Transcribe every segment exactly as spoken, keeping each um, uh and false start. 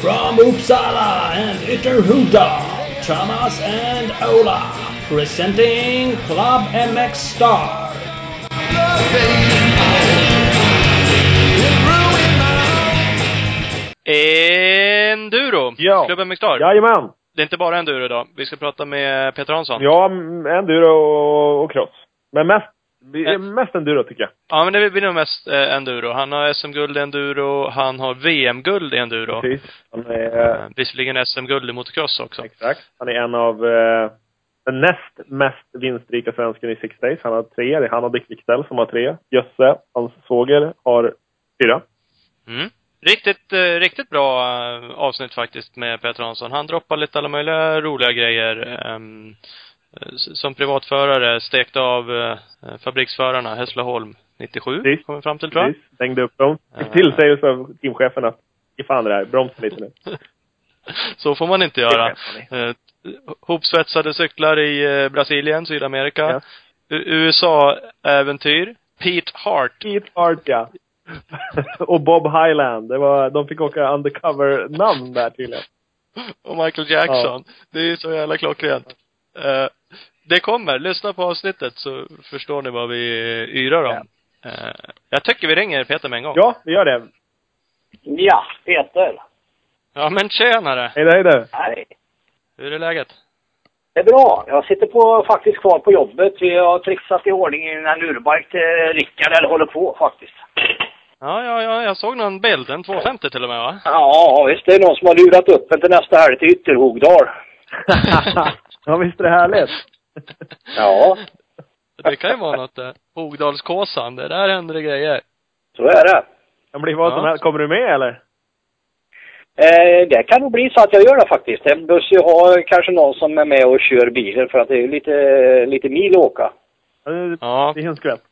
From Uppsala and Ytterhuda, Thomas and Ola, presenting Club M X Star. Enduro, ja. Club M X Star. Jajamän. Det är inte bara enduro idag. Vi ska prata med Peter Hansson. Ja, enduro och, och cross. Men mest, äh. mest enduro tycker jag. Ja, men det blir nog mest eh, enduro. Han har S M-guld i enduro. Han har V M-guld i enduro. Precis. Han är... Eh, visserligen S M-guld i motocross också. Exakt. Han är en av eh, den näst mest vinstrika svensken i Six Days. Han har tre. Det är han och Dick Wickstell som har tre. Jösse, hans svåger, har fyra. Mm. Riktigt, eh, riktigt bra eh, avsnitt faktiskt med Peter Hansson. Han droppar lite alla möjliga roliga grejer. Eh, som privatförare stekte av eh, fabriksförarna Hässleholm nittiosju. Precis. Kommer fram till, tror jag. Precis. Stängde upp dem. Fick till sig av teamchefen att ge fan det där. Bromsa lite nu. Så får man inte göra. Eh, hopsvetsade cyklar i eh, Brasilien, Sydamerika. Ja. U S A-äventyr. Pete Hart. Pete Hart, ja. Och Bob Hyland. Det var, de fick åka undercover-namn där tydligen. Och Michael Jackson. Ja. Det är så jävla klockrent. Uh, det kommer. Lyssna på avsnittet så förstår ni vad vi yrar om. Ja. Uh, jag tycker vi ringer Peter med en gång. Ja, vi gör det. Ja, Peter. Ja, men tjenare. Hej, hej du. Hej. Hur är läget? Det är bra. Jag sitter på, faktiskt kvar på jobbet. Vi har trixat i ordning en endurobike till Rickard, eller håller på faktiskt. Ja, ja, ja. Jag såg någon bild. En tvåhundrafemtio till och med, va? Ja, visst. Det är någon som har lurat upp en till nästa helg till Ytterhogdal. Ja, visst är det härligt. Ja. Det kan ju vara något där. Hogdalskåsan. Det där händer det grejer. Så är det. Det blir vad som helst. Kommer du med, eller? Eh, det kan nog bli så att jag gör det faktiskt. Jag bör ju ha kanske någon som är med och kör bilen, för att det är lite, lite mil att åka. Ja. Det är en skvätt.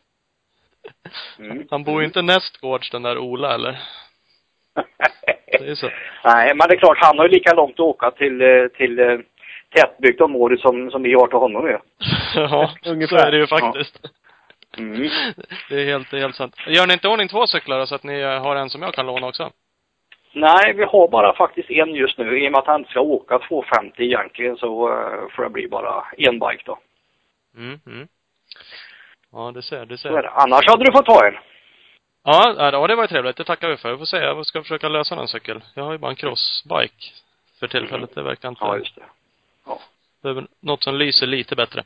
Mm. Han bor ju inte nästgårds, den där Ola, eller? Det är så. Nej, men det är klart, han har ju lika långt att åka till, till tätbyggt område som, som vi har till honom nu. Ja, ungefär. Så är det ju faktiskt. Ja. Mm. Det är helt, det är helt sant. Gör ni inte ordning två cyklar så att ni har en som jag kan låna också? Nej, vi har bara faktiskt en just nu. I och med att han ska åka tvåhundrafemtio egentligen, så uh, får det bli bara en bike då. Mm, mm. Ja, det ser, det ser. Så är det. Annars hade du fått ta en. Ja, ja, det var ju trevligt. Det tackar vi för. Jag får säga, jag ska försöka lösa någon cykel. Jag har ju bara en crossbike för tillfället. Det verkar inte... Ja, just det. Ja. Det är något som lyser lite bättre.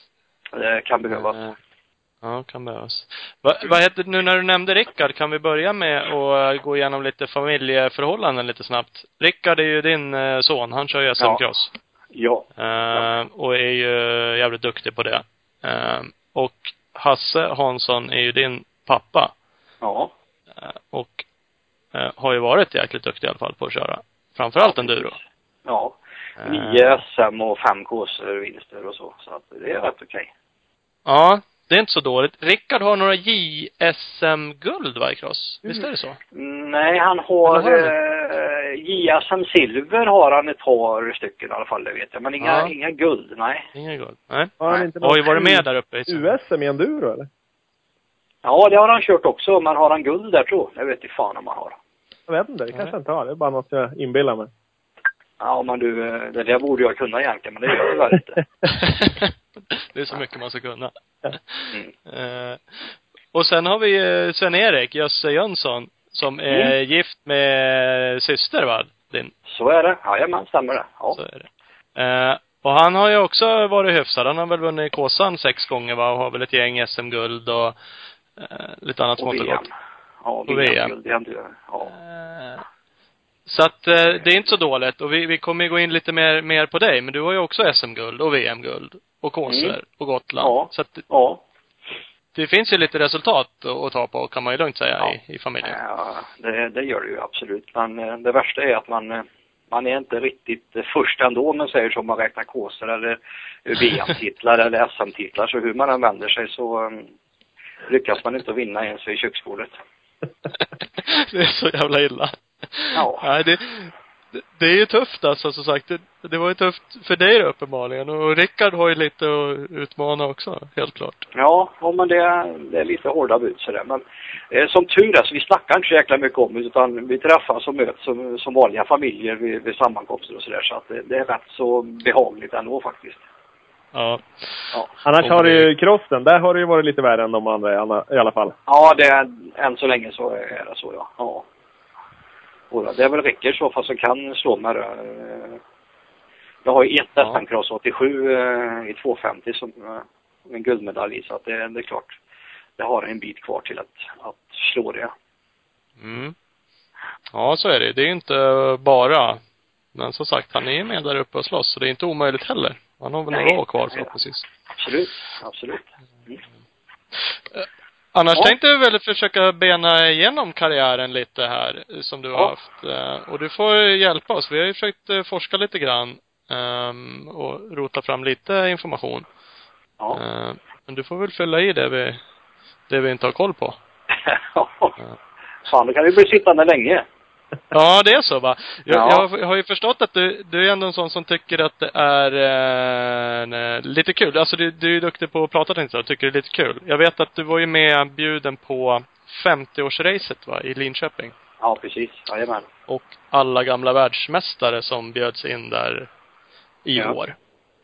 Det kan behövas. Uh, Ja, kan behövas. Va, vad heter, nu när du nämnde Rickard, kan vi börja med att gå igenom lite familjeförhållanden lite snabbt. Rickard är ju din eh, son, han kör ju S M-cross. Ja. Uh, ja. Och är ju jävligt duktig på det. Uh, och Hasse Hansson är ju din pappa. Ja. Uh, och uh, har ju varit jäkligt duktig i alla fall på att köra. Framförallt enduro. Ja. Nio S M och fem K S-vinster och så. Så att det är rätt okej. Okay. Ja. Det är inte så dåligt. Rickard har några J S M-guld, va, i cross? Visst är det så? Nej, han har, har eh, J S M Silver har han ett par stycken i alla fall, det vet jag. Men inga, ja. inga guld, nej. Inga guld, nej. Har han inte Oj, var det med där uppe? U S M i enduro, eller? Ja, det har han kört också. Men har han guld där, tror jag? Jag vet inte fan om han har. Jag vet inte, det kanske inte har. Det är bara något jag inbillar mig. Ja, men du, det där borde jag kunna egentligen, men det gör jag väl inte. Det är så mycket man ska kunna. Mm. Uh, och sen har vi uh, Sven-Erik Jösse Jönsson som är mm. gift med syster, va? Din. Så är det. Ja, man stämmer det. Ja. Så är det. Uh, och han har ju också varit hyfsad. Han har väl vunnit Kåsan sex gånger, va? Och har väl ett gäng S M-guld och uh, lite annat smått och gott. Ja, V M-guld. Ja. Uh, Så att eh, det är inte så dåligt. Och vi, vi kommer ju gå in lite mer, mer på dig. Men du har ju också S M-guld och V M-guld. Och Kåser mm. och Gotland. Ja. Så att ja. Det finns ju lite resultat att ta på, kan man ju lugnt säga, ja. i, i familjen. Ja, det, det gör det ju absolut. Men eh, det värsta är att man, man är inte riktigt eh, först ändå, om man säger som man räknar Kåser eller V M-titlar eller S M-titlar. Så hur man använder sig så um, lyckas man inte vinna ens i köksbordet. Det är så jävla illa. Ja. Nej, det, det, det är ju tufft alltså, som sagt. Det, det var ju tufft för dig då, uppenbarligen. Och Rickard har ju lite att utmana också, helt klart. Ja, ja men det är, det är lite hårda bud sådär. Men eh, som tur är så vi snackar inte så jäkla mycket om det, utan vi träffas och möts som, som vanliga familjer vid, vid sammankomster och sådär. Så att det, det är rätt så behagligt ändå faktiskt. Ja. Ja. Annars har du ju crossen. Där har det ju varit lite värre än de andra i alla fall. Ja, det är, än så länge så är det så, ja. Ja. Och det är väl Rickard så fast som kan slå med det. Jag har ju ett S M-cross åttiosju eh, i tvåhundrafemtio som eh, en guldmedalj i, så att det, det är klart. Det har en bit kvar till att, att slå det. Mm. Ja, så är det. Det är ju inte bara. Men som sagt, han är med där uppe och slåss. Så det är inte omöjligt heller. Han har väl några år kvar förhoppningsvis. Absolut, absolut. Mm. Annars ja. tänkte jag väl försöka bena igenom karriären lite här som du har ja. haft. Och du får hjälpa oss. Vi har ju försökt forska lite grann um, och rota fram lite information. Ja. Uh, men du får väl fylla i det vi, det vi inte har koll på. Ja. Fan, då kan vi bli sittande länge. Ja, det är så va. Jag, ja. jag har ju förstått att du, du är ändå en sån som tycker att det är eh, lite kul. Alltså du, du är duktig på att prata, tänkte jag. Tycker det är lite kul. Jag vet att du var ju med bjuden på femtioårsracet va, i Linköping. Ja, precis. Jajamän. Och alla gamla världsmästare som bjöds in där i ja. år.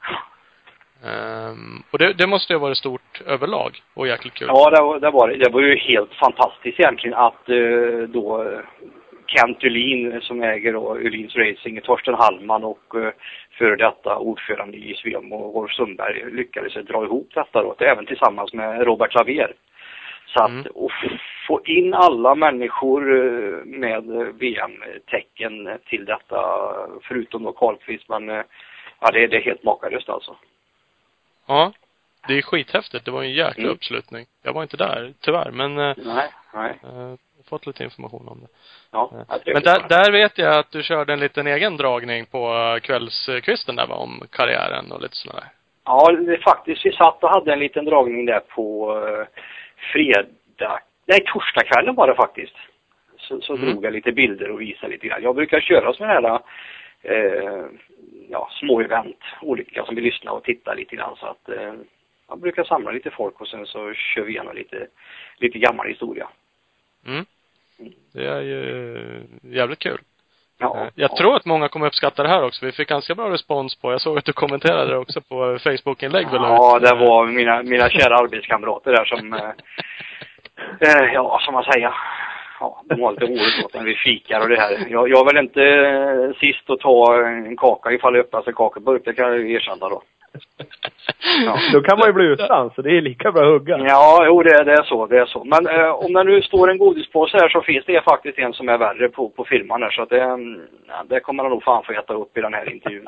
Um, och det, det måste ju vara stort överlag och jäkligt kul. Ja, det var det, var, det var ju helt fantastiskt egentligen att uh, då Kent Uhlin som äger då Uhlins Racing, Torsten Hallman och uh, för detta ordförande i Svem och Rolf Sundberg lyckades dra ihop detta då, även tillsammans med Robert Klaver. Så att mm. och få in alla människor uh, med V M-tecken till detta, förutom då Karlqvist, men uh, ja, det, det är helt makalöst alltså. Ja, det är skithäftigt. Det var en jäkla mm. uppslutning. Jag var inte där, tyvärr, men nej, nej. Uh, fått lite information om det. Ja, men där, där vet jag att du körde en liten egen dragning på kvällskvisten där, va, om karriären och lite sådär. Ja, det faktiskt. Vi satt och hade en liten dragning där på uh, fredag. Nej, torsdagskvällen var det faktiskt. Så, så mm. drog jag lite bilder och visade lite grann. Jag brukar köra sådana här uh, ja, små event. Olika som vill lyssna och titta lite grann. Så att uh, jag brukar samla lite folk och sen så kör vi igenom lite, lite gammal historia. Mm. Det är ju jävligt kul. Ja, jag ja. tror att många kommer uppskatta det här också. Vi fick ganska bra respons på. Jag såg att du kommenterade det också på Facebook-inlägg. Ja, det var mina, mina kära arbetskamrater där som eh, eh, ja, som man säger. Ja, de var lite oroligt åt när vi fikar och det här. Jag, jag vill inte eh, sist att ta en kaka ifall det öppnas en kakeburk. Det kan jag ju erkänna då. Ja. Då kan man ju bli utan, så det är lika bra att hugga. Ja, jo, det, det är så, det är så. Men eh, om det nu står en godispåse här så finns det faktiskt en som är värre på, på firman här. Så att det, ja, det kommer man nog fan få äta upp i den här intervjun.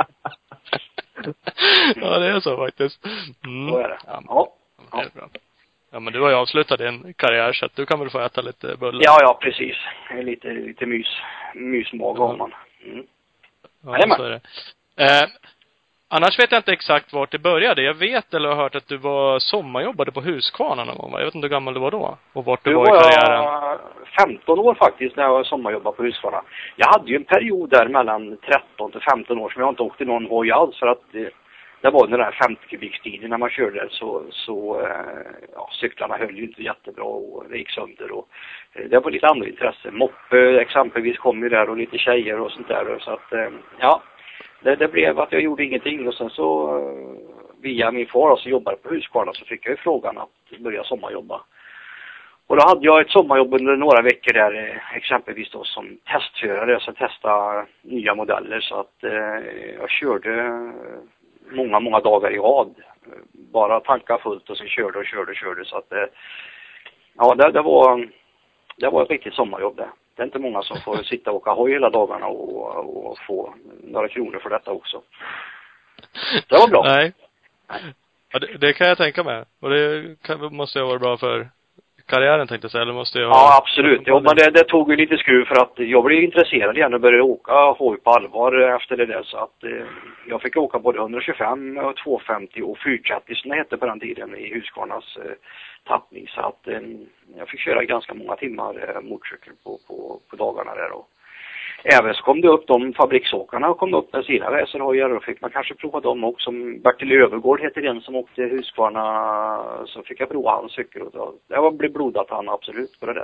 Ja, det är så faktiskt. Mm. Så är det. Ja, ja. Det är bra. Ja, men du har ju avslutat din karriär så att du kan väl få äta lite bullar. Ja, ja, precis. Lite, lite mys, mysmag har man. Mm. Ja, så är det. Eh, Annars vet jag inte exakt vart det började. Jag vet eller har hört att du var sommarjobbade på Husqvarna någon gång. Jag vet inte hur gammal du var då. Och vart du nu var i karriären. Jag femton år faktiskt när jag sommarjobbade på Husqvarna. Jag hade ju en period där mellan tretton till femton år som jag inte åkte någon hoj alls. För att det, det var den där femtio kubikstiden när man körde så, så ja, cyklarna höll ju inte jättebra och det gick sönder. Och det var lite andra intresse. Moppe exempelvis kom ju där och lite tjejer och sånt där. Så att ja... Det, det blev att jag gjorde ingenting och sen så via min far som jobbade på Husqvarna så fick jag ju frågan att börja sommarjobba. Och då hade jag ett sommarjobb under några veckor där exempelvis då som testförare så testa nya modeller så att eh, jag körde många, många dagar i rad. Bara tanka fullt och sen körde och körde och körde så att eh, ja det, det var det var ett riktigt sommarjobb det. Det är inte många som får sitta och åka hoj hela dagarna och, och få några kronor för detta också. Det var bra. Nej. Ja, det, det kan jag tänka mig. Och det kan, måste ju vara bra för karriären tänkte jag säga. Eller måste jag ja, absolut. Ja, men det, det tog ju lite skruv för att jag blev intresserad igen och började åka hoj på allvar efter det där. Så att eh, jag fick åka både hundratjugofem och tvåhundrafemtio och fyrahundratrettio som det hette på den tiden i Husqvarnas eh, tappning. Så att eh, jag fick köra ganska många timmar eh, motorcykel på, på, på dagarna där. Och även så kom det upp de fabriksåkarna och kom upp med sina racerhojar och fick man kanske prova dem också. Som Bertil Övergård heter den som åkte Husqvarna, så fick jag prova hans cykel och det var blev blodat han absolut på det där.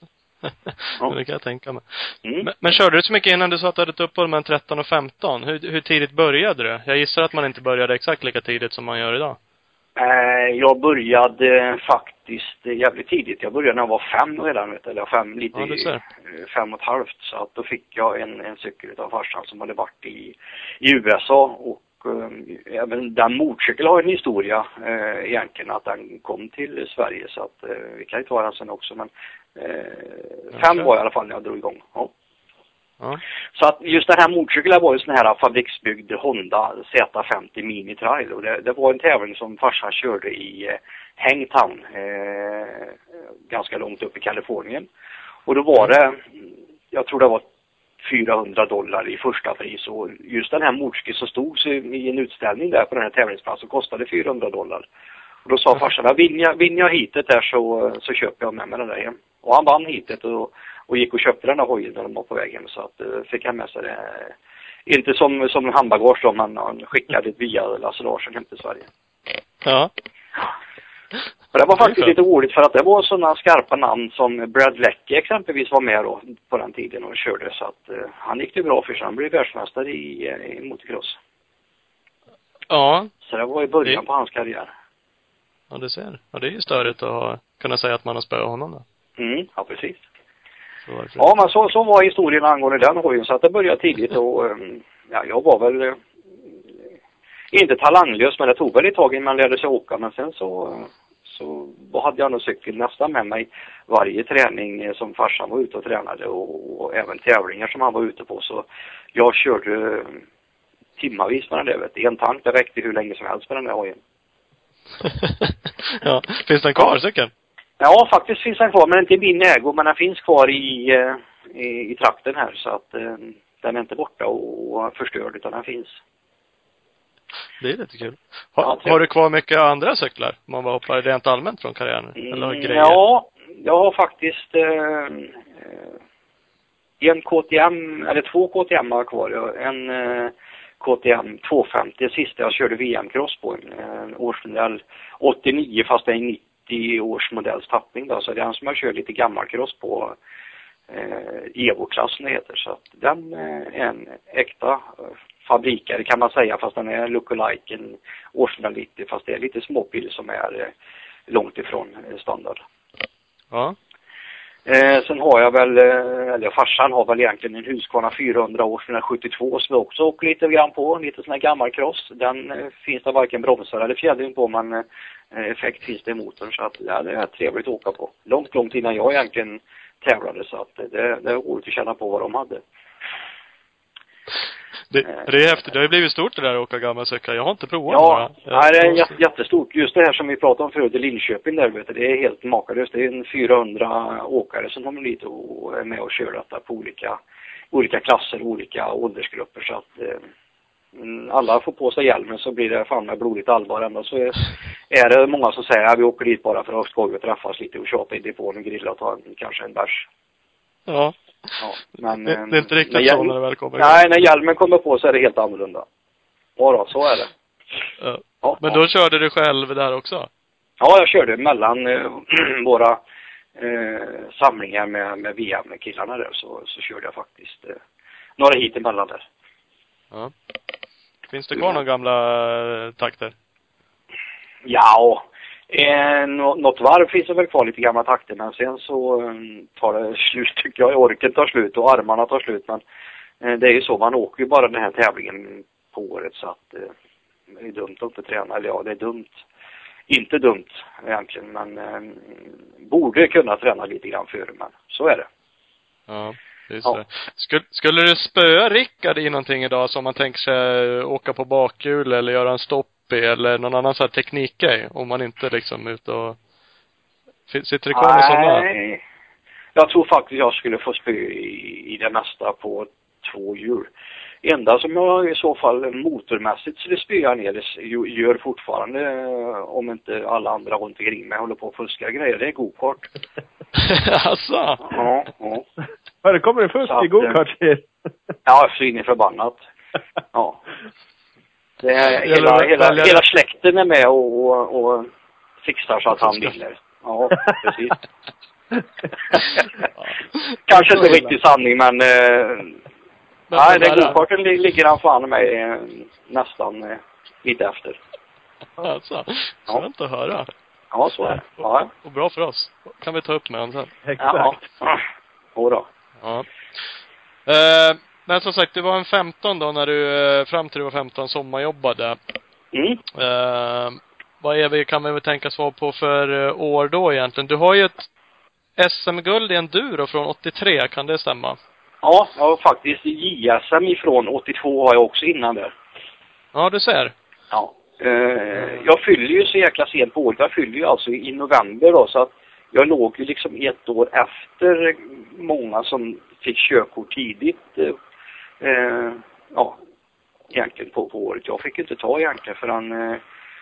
Ja. Det kan jag tänka mig. Mm. Men, men körde du så mycket innan du sa att du hade ett uppehåll mellan tretton och femton? Hur, hur tidigt började du? Jag gissar att man inte började exakt lika tidigt som man gör idag. Eh, jag började faktiskt jävligt tidigt. Jag började när jag var fem redan, vet du, eller fem, lite Ja, fem och ett halvt. Så att då fick jag en, en cykel av farsan som hade varit i, i U S A. Och eh, även den motorcykel har en historia eh, egentligen att den kom till Sverige. Så att eh, vi kan ju ta den sen också. Men eh, fem var i alla fall när jag drog igång. Ja. Ja. Så att just den här motorcykeln var ju sån här fabriksbyggd Honda Z femtio Mini Trail och det, det var en tävling som farsan körde i eh, Hangtown eh, ganska långt upp i Kalifornien. Och då var det, jag tror det var fyrahundra dollar i första pris och just den här motorcykeln som stod i en utställning där på den här tävlingsplatsen kostade fyrahundra dollar. Och då sa farsan, vinner jag, vinner jag hitet där så, så köper jag med mig den där hem. Och han vann hitet och, och gick och köpte den här hojen när de var på väg hem. Så att uh, fick han med sig det. Inte som, som handbagage då, men han skickade det via Lasse Larsson hem till Sverige. Ja. Och det var faktiskt lite roligt för att det var sådana skarpa namn som Brad Leckie exempelvis var med då på den tiden och körde. Så att uh, han gick det bra för sig. Han blev världsmästare i, i motocross. Ja. Så det var i början det... på hans karriär. Ja, det ser. Ja, det är ju störigt att ha, kunna säga att man har spöat honom då. Mm, ja precis. Så ja, men så, så var historien angående den hojen. Så att det började tidigt och ja, jag var väl eh, inte talanglös, men det tog väl ett tag innan man lärde sig åka. Men sen så, så hade jag nog cykel nästan med mig varje träning som farsan var ute och tränade och, och även tävlingar som han var ute på. Så jag körde timmavis med den där, vet du. En tank, det räckte hur länge som helst med den där hojen. Ja, finns den kvar cykeln? Ja, faktiskt finns den kvar, men inte i min ägo, men den finns kvar i, i, i trakten här så att eh, den är inte borta och förstörd utan den finns. Det är lite kul. Ha, ja, har du kvar mycket andra cyklar? Man bara hoppar rent allmänt från karriären? Mm, eller grejer? Ja, jag har faktiskt eh, en K T M, eller två K T M har kvar. En eh, K T M tvåhundrafemtio, det sista jag körde V M-cross på, en, en årsmodell åttionio fast det är nittio års modells tappning då, så det är den som jag kör lite gammal cross på eh, Evo-klassen det heter, så att den är en äkta eh, fabrikare kan man säga, fast den är lookalike en årsmodell nittio, fast det är lite småpil som är eh, långt ifrån eh, standard. Ja. Eh, sen har jag väl, eh, eller farsan har väl egentligen en Husqvarna fyrahundra år från sjuttiotvå som jag också åker lite grann på, lite sån här gammal cross. Den eh, finns det varken bromsar eller fjädring på, men eh, effekt finns det i motorn, så att ja, det är trevligt att åka på. Långt, långt innan jag egentligen tävlade, så att det, det är roligt att känna på vad de hade. Det, det är häftigt. Det har ju blivit stort det där att åka gamla cyklar. Jag har inte provat ja, några. Ja, det är jätte, jättestort. Just det här som vi pratade om förut i Linköping där, vet du, det är helt makalöst. Det är en fyrahundra åkare som kommer dit och är med och kör detta på olika, olika klasser, olika åldersgrupper. Så att eh, alla får på sig hjälmen så blir det fan med blodigt allvar. Ändå så är, är det många som säger att ja, vi åker dit bara för att skoja och träffas lite och tjata i depån och grilla och ta en, kanske en bärs. Ja. Ja, men, det, det är inte riktigt när, så när det väl kommer. Nej, när hjälmen kommer på så är det helt annorlunda. Ja då, så är det. Ja. Ja, men ja. då körde du själv där också? Ja, jag körde mellan eh, våra eh, samlingar med, med V M-killarna där, så, så körde jag faktiskt eh, några hit emellan där. Ja. Finns det kvar några gamla eh, takter? Ja, Eh, något varv finns det väl kvar lite gamla takter, men sen så eh, tar det slut tycker jag. Orken tar slut och armarna tar slut, men eh, det är ju så, man åker ju bara den här tävlingen på året, så att eh, det är dumt att inte träna, eller ja, det är dumt. Inte dumt egentligen, men eh, borde kunna träna lite grann före, men så är det. Ja, det är ja. så. Skulle, skulle du spöa Rickard i någonting idag som man tänker sig åka på bakhjul eller göra en stopp eller någon annan sån här teknikgrej, om man inte liksom ut och sitter det kvar med sådana? Nej, jag tror faktiskt jag skulle få spö i, i det mesta på två hjul. Enda som jag i så fall motormässigt skulle spöa ner det gör fortfarande, om inte alla andra runt omkring mig håller på att fuska grejer, det är go-kart. Alltså? Ja, ja. Förekommer det fusk att, i go-kart? Ja, så in i förbannat. Ja. Det är hela, Gäller- hela, gäller- hela släkten är med och, och, och fixar så att han vinner. Ja, precis. Kanske inte riktigt sanning, men... Eh, nej, det go-karten li- ligger han fan med eh, nästan eh, lite efter. Alltså, Ja. skönt att höra. Ja, så är det. Ja, Och bra för oss. Kan vi ta upp med honom sen. Exakt. ja. ja. Jodå. Ja. Eh, men som sagt, det var en femton då när du, eh, fram till du var femton, sommarjobbade. Mm. Eh, vad är vi, kan vi väl tänkas vara på för eh, år då egentligen? Du har ju ett S M-guld i enduro från åttiotre, kan det stämma? Ja, jag har faktiskt J S M ifrån åttiotvå har jag också innan där. Ja, du ser. Ja. Eh, jag fyller ju så jäkla sent på året. Jag fyller ju alltså i november då, så att jag låg ju liksom ett år efter många som fick körkort tidigt. Eh, ja, egentligen på, på året. Jag fick inte ta egentligen förrän eh,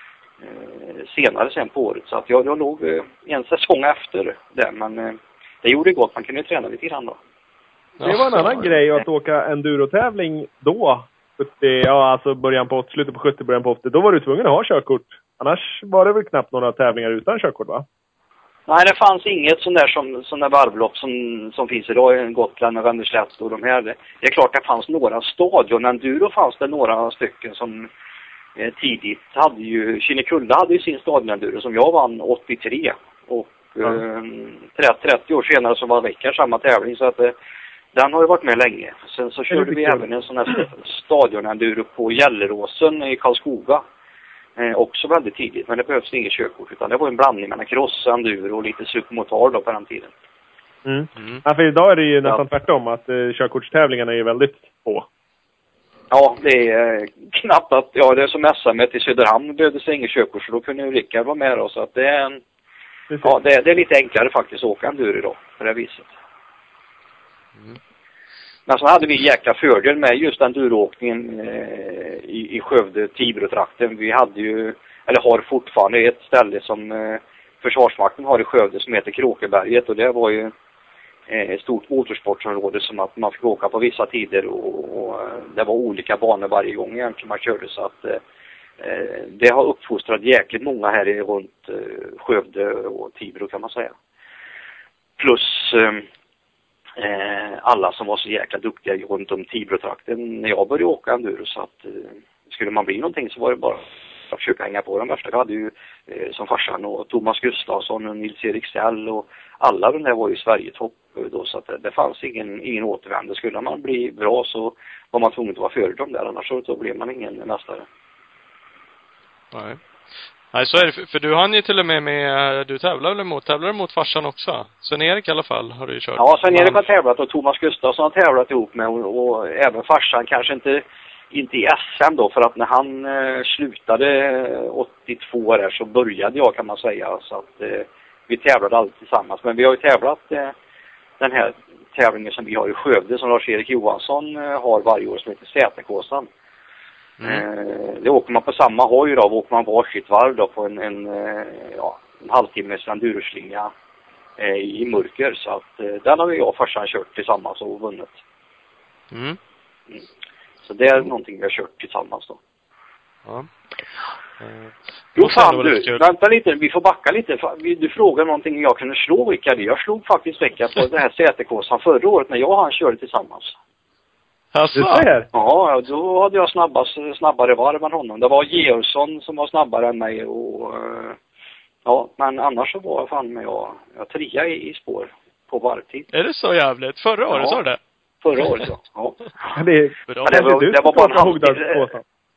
senare sen på året. Så att jag, jag låg eh, en säsong efter det. Men eh, det gjorde gott. Man kunde ju träna lite grann då. Det var en annan grej att åka endurotävling då. sjuttio, ja, alltså början på slutet på sjuttio, början på åttio. Då var du tvungen att ha körkort. Annars var det väl knappt några tävlingar utan körkort, va? Nej, det fanns inget sån där som sån där varvlopp som, som finns idag i Gotland och Randerslätt och de här. Det är klart det fanns några stadion. Enduro fanns det några stycken som eh, tidigt hade ju, Kinnekulla hade ju sin stadionenduro som jag vann åttiotre. Och Ja. eh, trettio, trettio år senare så var Rickard samma tävling, så att eh, den har ju varit med länge. Sen så körde vi även en sån här stadionenduro på Gelleråsen i Karlskoga. Eh, också väldigt tidigt, men det behövs inget körkort, utan det var en blandning mellan cross, enduro och lite supermotor då på den tiden. Mm. Mm. Ja, för idag är det ju nästan Ja. tvärtom, att eh, körkortstävlingarna är ju väldigt få. Ja, det är eh, knappt att, ja, det är som S M i Söderhamn behövdes inget körkort, så då kunde ju Rickard vara med då, så att det är en, ja, det är, det är lite enklare faktiskt att åka enduro då, på det viset. Mm. Men så hade vi en jäkla fördel med just enduroåkningen eh, i, i Skövde, Tibro-trakten. Vi hade ju, eller har fortfarande ett ställe som eh, Försvarsmakten har i Skövde som heter Kråkeberget, och det var ju eh, ett stort motorsportsområde som att man fick åka på vissa tider, och, och eh, det var olika banor varje gång egentligen man körde, så att eh, det har uppfostrat jäkligt många här i, runt eh, Skövde och Tibro kan man säga. Plus eh, Eh, alla som var så jäkla duktiga runt om Tibro-trakten när jag började åka enduro, så att eh, skulle man bli någonting så var det bara att försöka hänga på de värsta. Vi hade ju eh, som farsan och Thomas Gustafsson och Nils-Erik Sell och alla de där var ju Sverigetopp då, så att det, det fanns ingen, ingen återvändo. Skulle man bli bra så var man tvungen att vara före dem där, annars så blev man ingen mästare. Nej. Nej, så är det. För, för du hann ju till och med med, du tävlar väl mot, tävlar mot farsan också? Sven-Erik i alla fall har du ju kört. Ja, Sven-Erik har tävlat och Thomas Gustafsson har tävlat ihop med, och, och även farsan, kanske inte, inte i S M då, för att när han eh, slutade åttiotvå där så började jag kan man säga, så att eh, vi tävlade alltid tillsammans. Men vi har ju tävlat eh, den här tävlingen som vi har i Skövde som Lars-Erik Johansson eh, har varje år som heter Säterkåsan. Mm. Eh, det åker man på samma hoj då, åker man varsitt varv då på en, en, eh, ja, en halvtimmes enduroslinga eh, i mörker, så att eh, den har jag och farsan kört tillsammans och vunnit. Mm. Mm. Så det är någonting vi har kört tillsammans då. Ja. Eh, Jo fan du, vänta lite, vi får backa lite. Du frågar någonting jag kunde slå, Rickard. Jag slog faktiskt vecka på det här Säterkåsan förra året när jag och han körde tillsammans. Alltså? Ja, då hade jag snabbast, snabbare varv än honom. Det var Georgsson som var snabbare än mig och ja, men annars så var jag fan med jag, jag trea i, i spår på varvtid. Är det så jävligt? Förra året, ja. sa du det? Förra året, ja. ja. Det, ja, det, var, det var bara en halvtimme.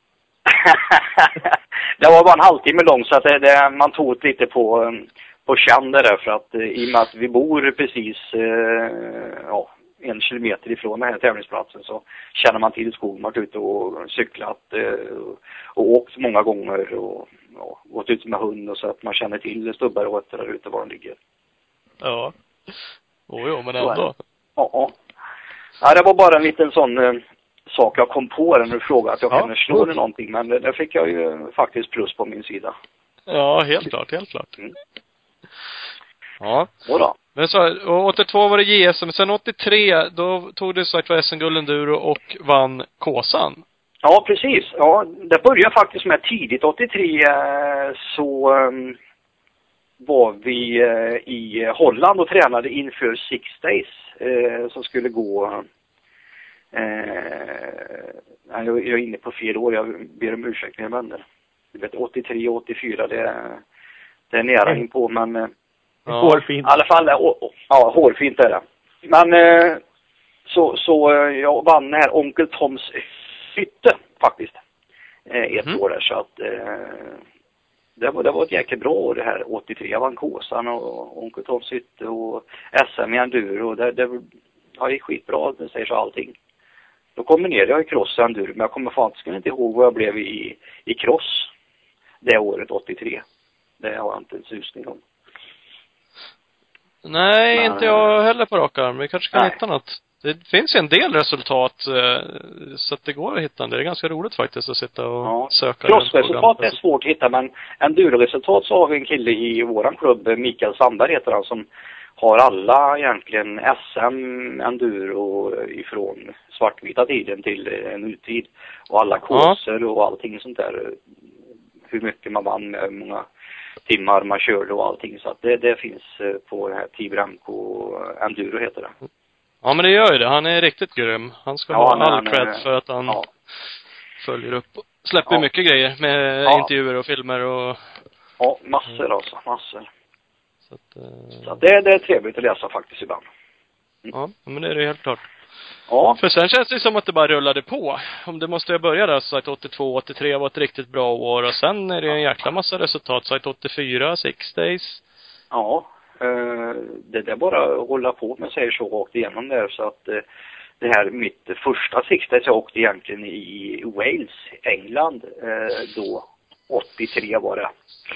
Det var bara en halvtimme lång, så att det, det, man tog lite på, på känn där, för att i och med att vi bor precis ja, en kilometer ifrån den här tävlingsplatsen så känner man till skogen, varit ute och cyklat och åkt många gånger och ja, gått ut med hund, och så att man känner till stubbar och rötter där ute var de ligger. Ja. Åh, jo, men ändå. Ja, ja. Ja, det var bara en liten sån eh, sak jag kom på när du frågade att jag ja, kunde slå eller någonting, men det, det fick jag ju faktiskt plus på min sida. Ja, helt klart, helt klart. Mm. Ja. Jodå. Men så, och åttiotvå var det J S, men sen åttiotre, då tog du sagt för S M-guld enduro och vann Kåsan. Ja, precis. Ja, det började faktiskt med tidigt åttiotre, så um, var vi uh, i Holland och tränade inför Six Days uh, som skulle gå. Uh, jag, jag är inne på fel år, jag ber om ursäkt mina vänner. Du vet, åttiotre och åttiofyra, det är, det är nära in på, men uh, ja. Hårfint. I alla fall, uh, ja, hårfint är det. Men uh, så, så uh, jag vann här Onkel Toms hytte faktiskt ett mm. år där, så att eh, det, var, det var ett jäkla bra år det här åttiotre. Jag vann Kåsan och Onkel Toms hytte och S M i enduro, det, det ja, gick skitbra, det säger så allting. Då kombinerade jag i cross och enduro, men jag kommer faktiskt inte ihåg vad jag blev i, i cross det året åttiotre. Det har jag inte en susning om. Nej, men, inte jag heller på rak arm. Vi kanske kan nej. hitta något. Det finns en del resultat, så att det går att hitta. Det är ganska roligt faktiskt att sitta och ja. söka. Crossresultat är svårt att hitta, men enduro-resultat så har vi en kille i våran klubb, Mikael Sandberg heter han, som har alla egentligen S M enduro ifrån svartvita tiden till nutid. Och alla kurser ja. och allting sånt där. Hur mycket man vann, hur många timmar man körde och allting. Så att det, det finns på det här Tibramco Enduro heter det. Ja, men det gör ju det. Han är riktigt grym. Han ska ja, ha all cred för att han ja. följer upp och släpper ja. mycket grejer med ja. intervjuer och filmer och... Ja, massor alltså. Massor. Så, att, uh... Så att det, det är trevligt att läsa faktiskt ibland. Mm. Ja, men det är det helt klart. Ja. För sen känns det som att det bara rullade på. Om det måste jag börja där, så att åttiotvå åttiotre var ett riktigt bra år. Och sen är det en jäkla massa resultat. Så att åttiofyra, Six Days. Ja. Det där bara hålla på med sig så åkte igenom där, så att det här mitt första Six Days jag åkte egentligen i Wales, England då åttiotre var det.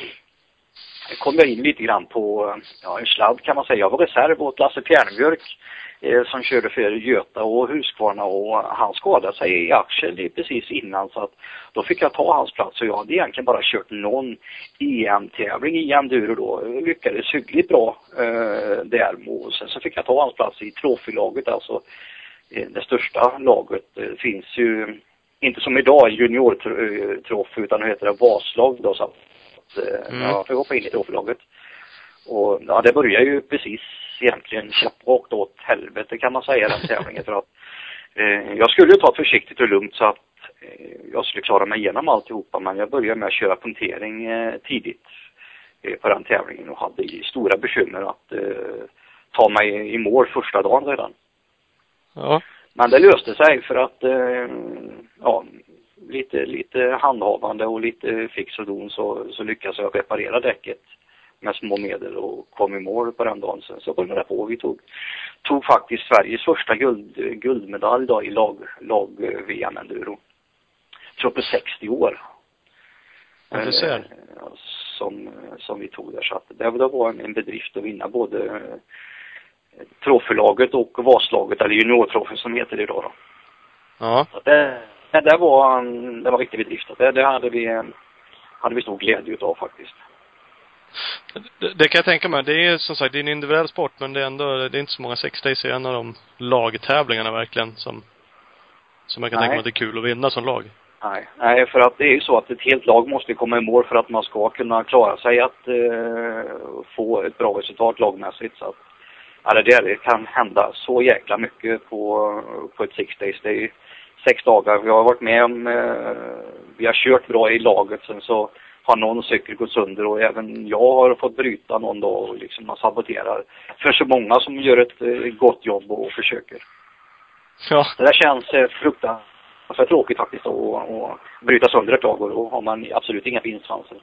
Jag kom jag in lite grann på ja, en sladd kan man säga. Jag var reserv åt Lasse Pjärnbjörk eh, som körde för Göta och Husqvarna, och han skadade sig i axeln precis innan, så att då fick jag ta hans plats, och jag hade egentligen bara kört någon E M-tävling i enduro då. Jag lyckades hyggligt bra eh, där, och sen så fick jag ta hans plats i trofélaget, alltså eh, det största laget. Det finns ju inte som idag junior-trofé, utan det heter det vaslag då, så Mm. Ja, jag hoppade in i trofélaget. Och ja, det började ju precis egentligen rakt åt helvete kan man säga, den tävlingen. För att eh, jag skulle ju ta det försiktigt och lugnt så att eh, jag skulle klara mig igenom alltihopa. Men jag började med att köra punktering eh, tidigt eh, på den tävlingen och hade ju stora bekymmer att eh, ta mig i mål första dagen redan. Ja. Men det löste sig för att eh, ja... Lite, lite handhavande och lite fix och don, så, så lyckades jag reparera däcket med små medel och kom i mål på den dagen. Sen så rullade det på. Vi tog, tog faktiskt Sveriges första guld, guldmedalj då i lag, lag V M enduro. Jag tror på sextio år. Ja, du ser. Eh, som, som vi tog där. Så att det var en, en bedrift att vinna både eh, trofélaget och vaslaget, eller juniortrofén som heter det idag då. Ja. Så det Ja, det var det var riktigt bedrift. Det, det hade vi hade vi stor glädje utav faktiskt. Det, det kan jag tänka mig. Det är som sagt, det är en individuell sport, men det är ändå det är inte så många Six Days i en av de lagtävlingarna verkligen som som jag kan Nej. tänka mig att det är kul att vinna som lag. Nej, Nej, för att det är ju så att ett helt lag måste komma i mål för att man ska kunna klara sig att eh, få ett bra resultat lagmässigt, så att ja, det, det kan hända så jäkla mycket på på ett Six Days. Det är ju sex dagar. Vi har varit med om, eh, vi har kört bra i laget, sen så har någon cykel gått sönder, och även jag har fått bryta någon dag och liksom man saboterar för så många som gör ett eh, gott jobb och försöker. Ja. Det där känns eh, fruktansvärt tråkigt faktiskt att bryta sönder ett lag, och då har man absolut inga vinstchanser.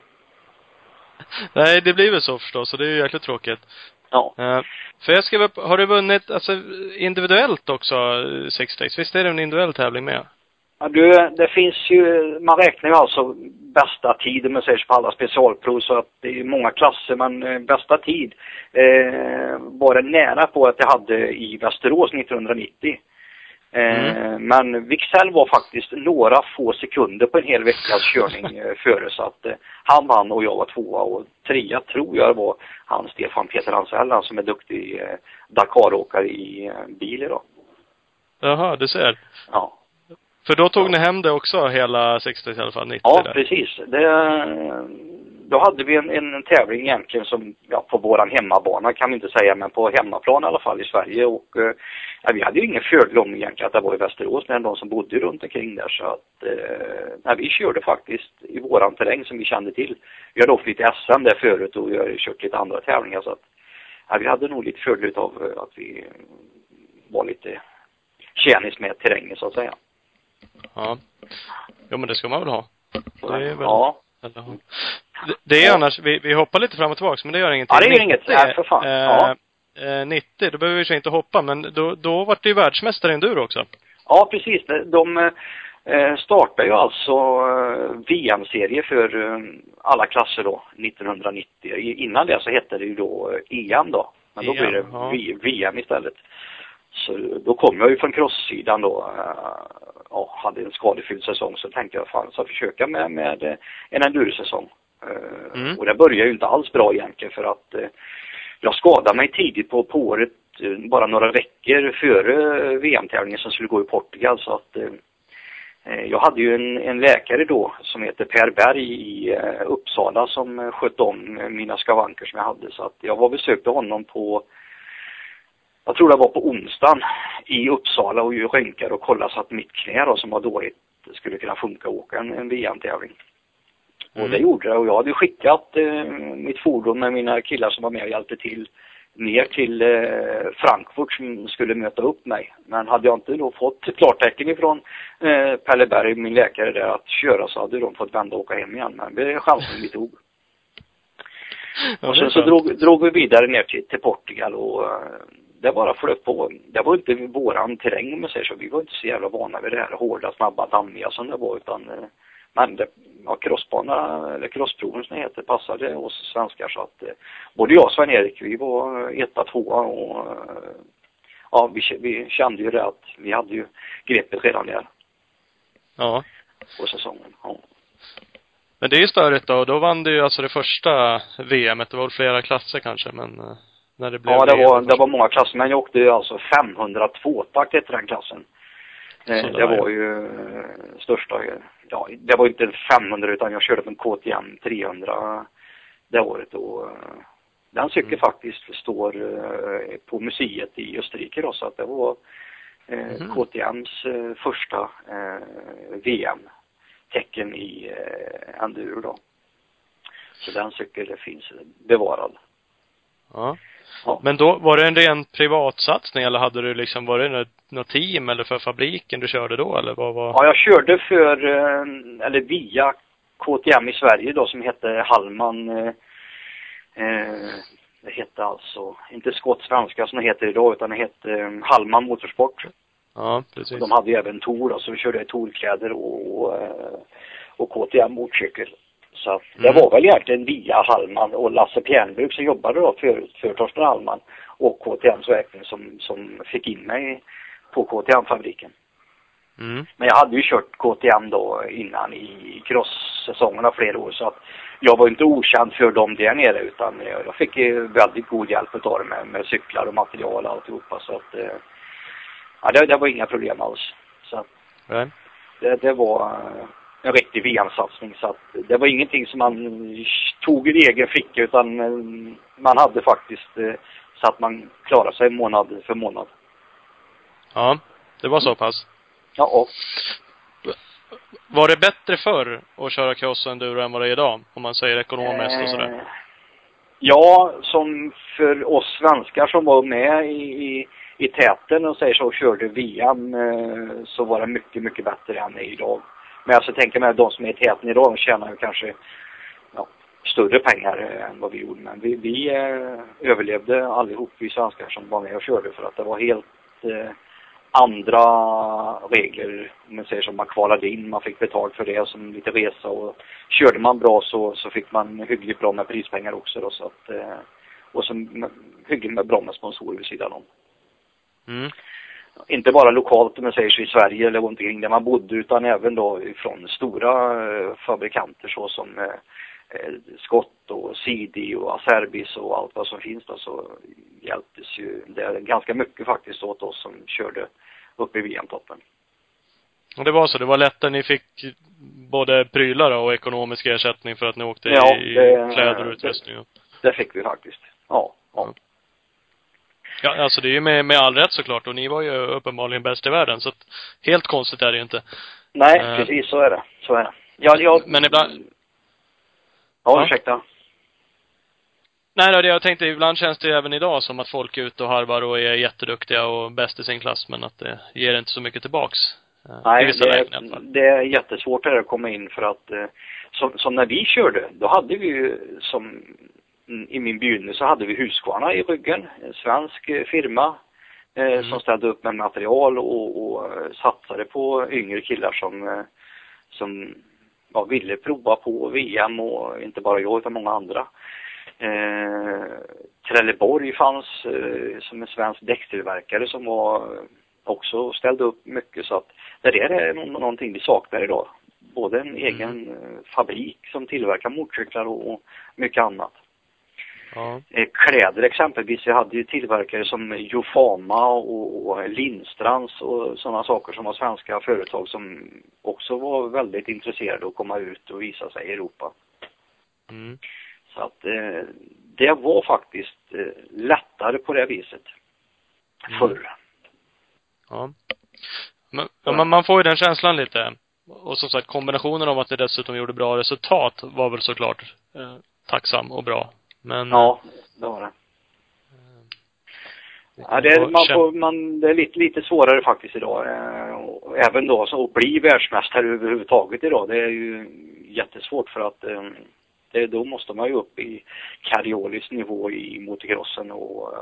Nej, det blir väl så förstås, så det är ju jäkligt tråkigt. Ja. Uh, för jag skrev upp, har du vunnit alltså individuellt också Six Days? Visst är det en individuell tävling med? Ja, du, det finns ju, man räknar ju alltså bästa tid med sig på alla specialprov, så att det är många klasser, men eh, bästa tid eh, var det nära på att jag hade i Västerås nittonhundranittio. Mm. Eh, men Wicksell var faktiskt några få sekunder på en hel veckas körning eh, före, så att eh, han vann och jag var tvåa, och trea tror jag var han Stefan Peter Hansell, som är duktig eh, Dakaråkare i eh, bil idag. Jaha, du ser. Ja. För då tog ja. ni hem det också, hela sextio i alla fall, nittio Ja, där. precis. Det, då hade vi en, en tävling egentligen som, ja, på våran hemmabana kan vi inte säga, men på hemmaplan i alla fall i Sverige. Och ja, vi hade ju ingen fördel om egentligen att det var i Västerås, men de som bodde runt omkring där. Så att, eh, nej, vi körde faktiskt i våran terräng som vi kände till. Vi hade åkt lite S M där förut och vi hade kört lite andra tävlingar. Så att, ja, vi hade nog lite fördel av att vi var lite tjänis med terrängen, så att säga. Ja. Jo, men det ska man väl ha. Det är väl... Ja. Det, det är ja. annars, vi, vi hoppar lite fram och tillbaka, men det gör ingenting. Ja, det gör inget. Nej, för fan. Eh, ja. eh, nittio, då behöver vi inte hoppa, men då, då var det ju världsmästare enduro också. Ja, precis. De eh, startade ju alltså eh, V M-serie för eh, alla klasser då, nittonhundranittio. Innan det så hette det ju då E M då. Men då E M, blir det ja. v, V M istället. Så då kom jag ju från crosssidan då, äh, och hade en skadefylld säsong, så tänkte jag fan så försöka med, med en enduro-säsong. Äh, mm. Och det började ju inte alls bra egentligen, för att äh, jag skadade mig tidigt på, på året, äh, bara några veckor före V M-tävlingen som skulle gå i Portugal. Så att äh, jag hade ju en, en läkare då som heter Per Berg i äh, Uppsala som skötte om mina skavanker som jag hade. Så att jag var besökte honom på, jag tror det var på onsdagen i Uppsala, och ju röntgade och kollade så att mitt knä då, som var dåligt, skulle kunna funka och åka en, en V M-tävling. Mm. Och det gjorde det, och jag hade skickat eh, mitt fordon med mina killar som var med och hjälpte till ner till eh, Frankfurt som skulle möta upp mig. Men hade jag inte då fått klartecken ifrån eh, Pelle Berg, min läkare där, att köra, så hade de fått vända och åka hem igen. Men det är chansen vi tog. Ja, och sen så drog, drog vi vidare ner till, till Portugal, och det bara flöt på. Det var inte våran terräng, om man säger så. Vi var inte så jävla vana vid det här hårda, snabba, dammiga som det var, utan men det, ja, crossbana, eller crossproven som det heter, passade oss svenskar. Så att både jag och Sven-Erik, vi var etta, tvåa, och ja, vi, vi kände ju det att vi hade ju greppet redan där. Ja. På säsongen, ja. Men det är ju störigt då, och då vann du ju alltså det första V M-et, det var väl flera klasser kanske, men när det blev ja, det V M var, det var många klasser, men jag åkte ju alltså femhundratvå takt efter den klassen. Eh, det var ju största, ja, det var inte femhundra, utan jag körde en K T M trehundra det året, och den cykeln mm. faktiskt står eh, på museet i Österrike då, så att det var eh, mm. K T M:s eh, första eh, V M-tecken i eh, enduro då. Så den cykeln finns bevarad. Ja. Ja. Men då var det en ren privatsatsning, eller hade du liksom, var det något, något team eller för fabriken du körde då, eller vad var? Ja, jag körde för eller via K T M i Sverige då, som hette Hallman, eh, det hette alltså inte skottsvenska som det heter idag, utan det hette eh, Hallman Motorsport. Ja, precis. Och de hade ju även Tor då, så vi körde Torkläder och, och, och K T M motorcykel. Så att det mm. var väl egentligen via Hallman och Lasse Pjärnbruk som jobbade då för, för Torsten Hallman och K T M:s räkning som, som fick in mig på K T M-fabriken. Mm. Men jag hade ju kört K T M då innan i cross-säsongerna flera år, så att jag var inte okänd för dem där nere, utan jag fick väldigt god hjälp av dem med, med cyklar och material och alltihopa, så att ja, det, det var inga problem alls. Så att, Nej. det, det var en riktig V M-satsning, så att det var ingenting som man tog i egen ficka, utan man hade faktiskt så att man klarade sig månad för månad. Ja, det var så pass. Ja, och. Var det bättre förr att köra cross och enduro än vad det är idag, om man säger ekonomiskt och sådär? Eh, ja, som för oss svenskar som var med i, i, i täten och säger så och körde V M, eh, så var det mycket, mycket bättre än idag. Men jag så tänker mig att de som är i täten idag, de tjänar ju kanske ja, större pengar än vad vi gjorde. Men vi, vi eh, överlevde allihop, vi svenskar som var med och körde, för att det var helt eh, andra regler. Man säger som man kvalade in, man fick betalt för det som lite resa, och körde man bra så, så fick man hyggligt bra med prispengar också då, så att, eh, och så hyggligt med bra med sponsorer vid sidan om. Mm. inte bara lokalt, men säger sig i Sverige eller omkring där man bodde, utan även då från stora eh, fabrikanter så som eh, Scott och C D och Acerbis och allt vad som finns då, så hjälptes ju det ganska mycket faktiskt åt oss som körde upp i V M-toppen. Och det var så, det var lättare, ni fick både prylar och ekonomisk ersättning för att ni åkte ja, i det, kläder och utrustning. Det, det fick vi faktiskt, ja. Ja, ja alltså det är ju med, med all rätt såklart, och ni var ju uppenbarligen bäst i världen, så att helt konstigt är det ju inte. Nej, uh, precis så är det, så är det. Jag, jag, men ibland... Ja, ja, ursäkta. Nej då, det jag tänkte, ibland känns det även idag som att folk är ute och harvar och är jätteduktiga och bäst i sin klass, men att det ger inte så mycket tillbaks. Nej, i vissa det, lägen i alla fall. Det är jättesvårt att komma in för att eh, som, som när vi körde, då hade vi ju som i min begynnelse så hade vi Husqvarna i ryggen, en svensk eh, firma eh, mm. som ställde upp med material och, och satsade på yngre killar som eh, som ja, ville prova på V M, och inte bara jag utan många andra. Eh, Trelleborg fanns eh, som en svensk däckstillverkare som var också ställde upp mycket, så att det där är någonting vi saknar idag. Både en mm. egen eh, fabrik som tillverkar motorcyklar och, och mycket annat. Ja. Eh, kläder exempelvis, jag hade ju tillverkare som Jofama och, och Lindstrands och sådana saker som var svenska företag som också var väldigt intresserade att komma ut och visa sig i Europa. Mm. Så att eh, det var faktiskt eh, lättare på det viset mm. förr. Ja. Men, ja, man, man får ju den känslan lite. Och som sagt, kombinationen av att det dessutom gjorde bra resultat var väl såklart eh, tacksam och bra. Men, ja, det var det. Eh, ja, det är, man får, man, det är lite, lite svårare faktiskt idag. Eh, och även då så att bli världsmästare överhuvudtaget idag. Det är ju jättesvårt för att eh, det, då måste man ju upp i Cariolis nivå i motocrossen och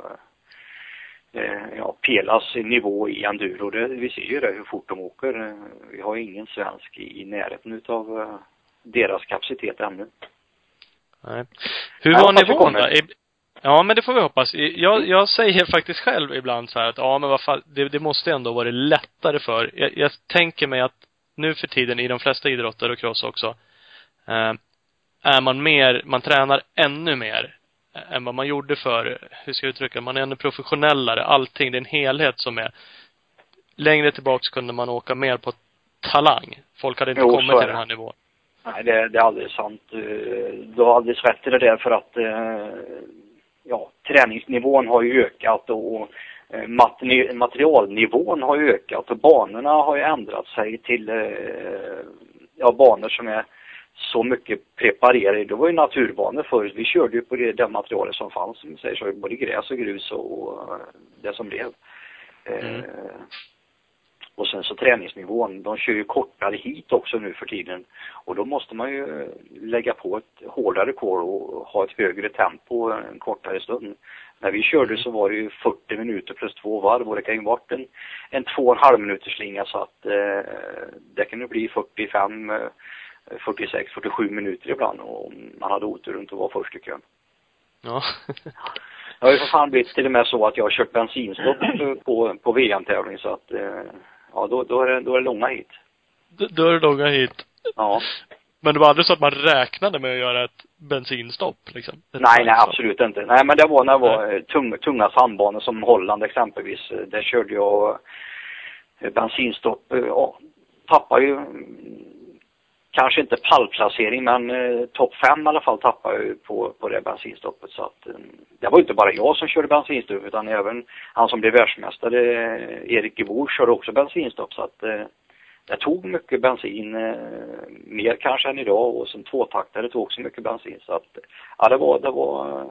eh, ja, Pelas nivå i enduro. Det, vi ser ju det hur fort de åker. Vi har ingen svensk i, i närheten utav eh, deras kapacitet ännu. Nej. Hur var nivån då? Ja, men det får vi hoppas. Jag, jag säger faktiskt själv ibland så här att ja, men vad fan, det, det måste ändå vara lättare för. Jag, jag tänker mig att nu för tiden i de flesta idrotter och cross också eh, är man mer, man tränar ännu mer än vad man gjorde för, hur ska jag uttrycka, man är ännu professionellare, allting, det är en helhet som är längre tillbaks kunde man åka mer på talang. Folk hade inte jo, kommit till den här nivån. Nej, det, det är alldeles sant. Du har alldeles rätt i det där, för att ja, träningsnivån har ju ökat och materialnivån har ju ökat och banorna har ju ändrat sig till ja, banor som är så mycket preparerade. Det var ju naturbanor förut. Vi körde ju på det, det materialet som fanns, som säger så, både gräs och grus och, och det som blev. Mm. Eh, och sen så träningsnivån, de kör ju kortare hit också nu för tiden. Och då måste man ju lägga på ett hårdare kol och ha ett högre tempo en kortare stund. När vi körde så var det ju fyrtio minuter plus två varv, och det kan ju vara en, en två och en halv minuters slinga, så att eh, det kan ju bli fyrtiofem, fyrtiosex, fyrtiosju minuter ibland, och man hade otur runt att vara först i kön. Ja. Det har ju för fan blivit till och med så att jag har kört bensinstopp på, på V M-tävling, så att ja, då, då, är det, då är det långa hit. Då, då är det långa hit. Ja. Men det var aldrig så att man räknade med att göra ett bensinstopp liksom? Ett nej, nej, absolut inte. Nej, men det var när det var tunga, tunga sandbanor som Holland exempelvis. Där körde jag bensinstopp. Ja, tappade ju kanske inte pallplacering, men eh, topp fem i alla fall tappade jag ju på, på det bensinstoppet. Så att, eh, det var inte bara jag som körde bensinstopp, utan även han som blev världsmästare, eh, Erik Gebor, körde också bensinstopp. Så att eh, det tog mycket bensin, eh, mer kanske än idag, och som tvåtaktare tog också mycket bensin. Så att ja, det var, det var eh,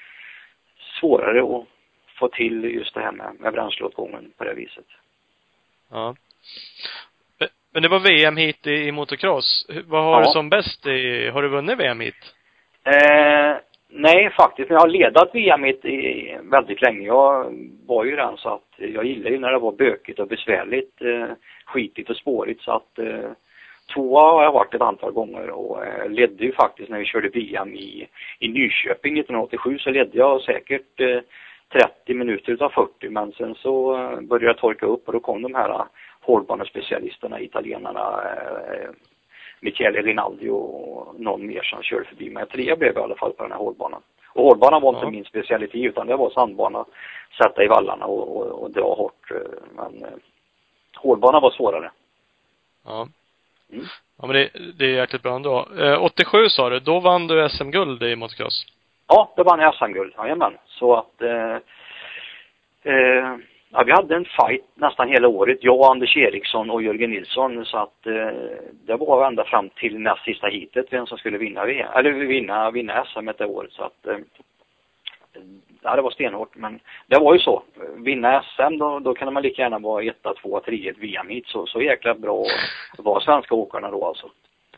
svårare att få till just det här med, med bränsleåtgången på det viset. Ja. Men det var V M hit i, i motocross. Vad har ja. du som bäst i, har du vunnit V M hit? Eh, nej, faktiskt. Men jag har ledat V M hit i väldigt länge. Jag var ju den, så att jag gillar ju när det var bökigt och besvärligt, eh, skitigt och spårigt. Så att eh, tvåa har jag varit ett antal gånger, och eh, ledde ju faktiskt när vi körde V M i, i Nyköping nittonhundraåttiosju, så ledde jag säkert eh, trettio minuter utav fyrtio, men sen så började jag torka upp och då kom de här hårdbanespecialisterna, italienarna, eh, Michele Rinaldi och någon mer som körde förbi mig. Tre blev i alla fall på den här hårdbanan. Och hårdbanan var ja. inte min specialitet, utan det var sandbana, sätta i vallarna och, och, och dra hårt. Men eh, hårdbanan var svårare. Ja. Mm. Ja, men det, det är jäkligt bra ändå. Eh, åttiosju sa du, då vann du S M-guld i motocross. Ja, då vann jag S M-guld. Jajamän. Så att eh, eh, ja, vi hade en fight nästan hela året. Jag, Anders Eriksson och Jörgen Nilsson. Så att eh, det var ända fram till näst sista hitet vem som skulle vinna V M, eller vinna, vinna S M ett år. Så att eh, ja, det var stenhårt. Men det var ju så. Vinna S M, då, då kan man lika gärna vara etta, två, tre, ett V M-hit. Så, så jäkla bra var svenska åkarna då alltså.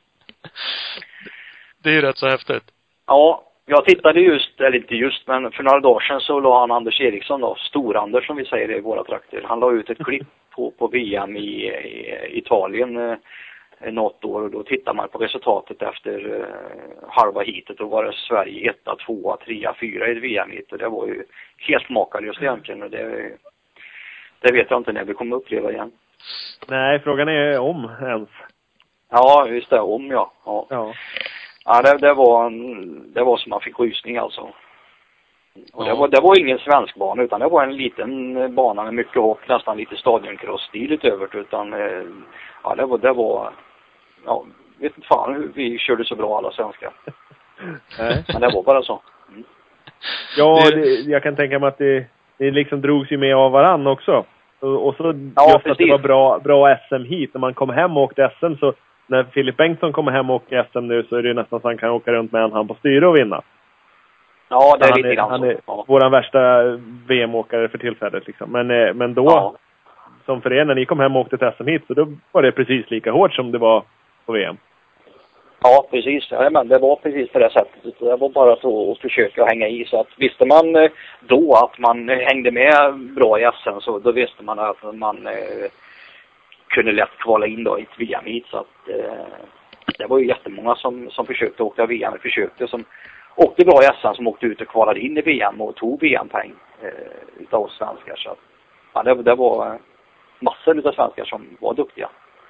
Det är ju rätt så häftigt. Ja, jag tittade just, eller inte just, men för några dagar sedan så la han Anders Eriksson då, Stor-Anders som vi säger i våra trakter. Han la ut ett klipp på, på V M i, i Italien eh, något år och då tittar man på resultatet efter eh, halva hitet. Då var det Sverige etta, tvåa, trea, fyra i ett V M-hit och det var ju helt makalöst egentligen och det, det vet jag inte när vi kommer uppleva igen. Nej, frågan är om ens. Ja, just det, om ja. Ja. Ja. Ja, det, det, var en, det var som man fick rysning alltså. Och ja. det, var, det var ingen svensk bana utan det var en liten bana med mycket hopp, nästan lite stadioncross-stil utöver. Utan ja, det var, det var ja, vet inte fan hur vi körde så bra alla svenskar. Nej. Men det var bara så. Mm. Ja, det, jag kan tänka mig att det, det liksom drogs ju med av varann också. Och, och så ja, just precis. att det var bra, bra S M hit. När man kom hem och åkte S M så när Filip Bengtsson kommer hem och åker S M nu så är det nästan så han kan åka runt med en hand på styre och vinna. Ja, det är han lite grann så. Han är ja. våran värsta V M-åkare för tillfället liksom. Men, men då, ja. som för er när ni kom hem och åkte till S M hit så då var det precis lika hårt som det var på V M. Ja, precis. Ja, men det var precis på det sättet. Det var bara så att försöka hänga i. Så att visste man då att man hängde med bra i S M så då visste man att man eh, kunde lätt kvala in då i ett V M hit. Så att eh, det var ju jättemånga som, som försökte åka V M. Försökte som åkte bra i S M som åkte ut och kvalade in i V M och tog V M-poäng eh, utav oss svenskar. Så att, ja, det, det var massor utav svenskar som var duktiga.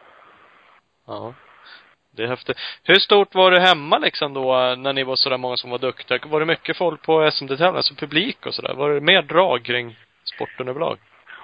Ja. Det är häftigt. Hur stort var det hemma liksom då när ni var så där många som var duktiga? Var det mycket folk på S M-tävlingar, alltså publik och sådär? Var det mer drag kring sporten överlag?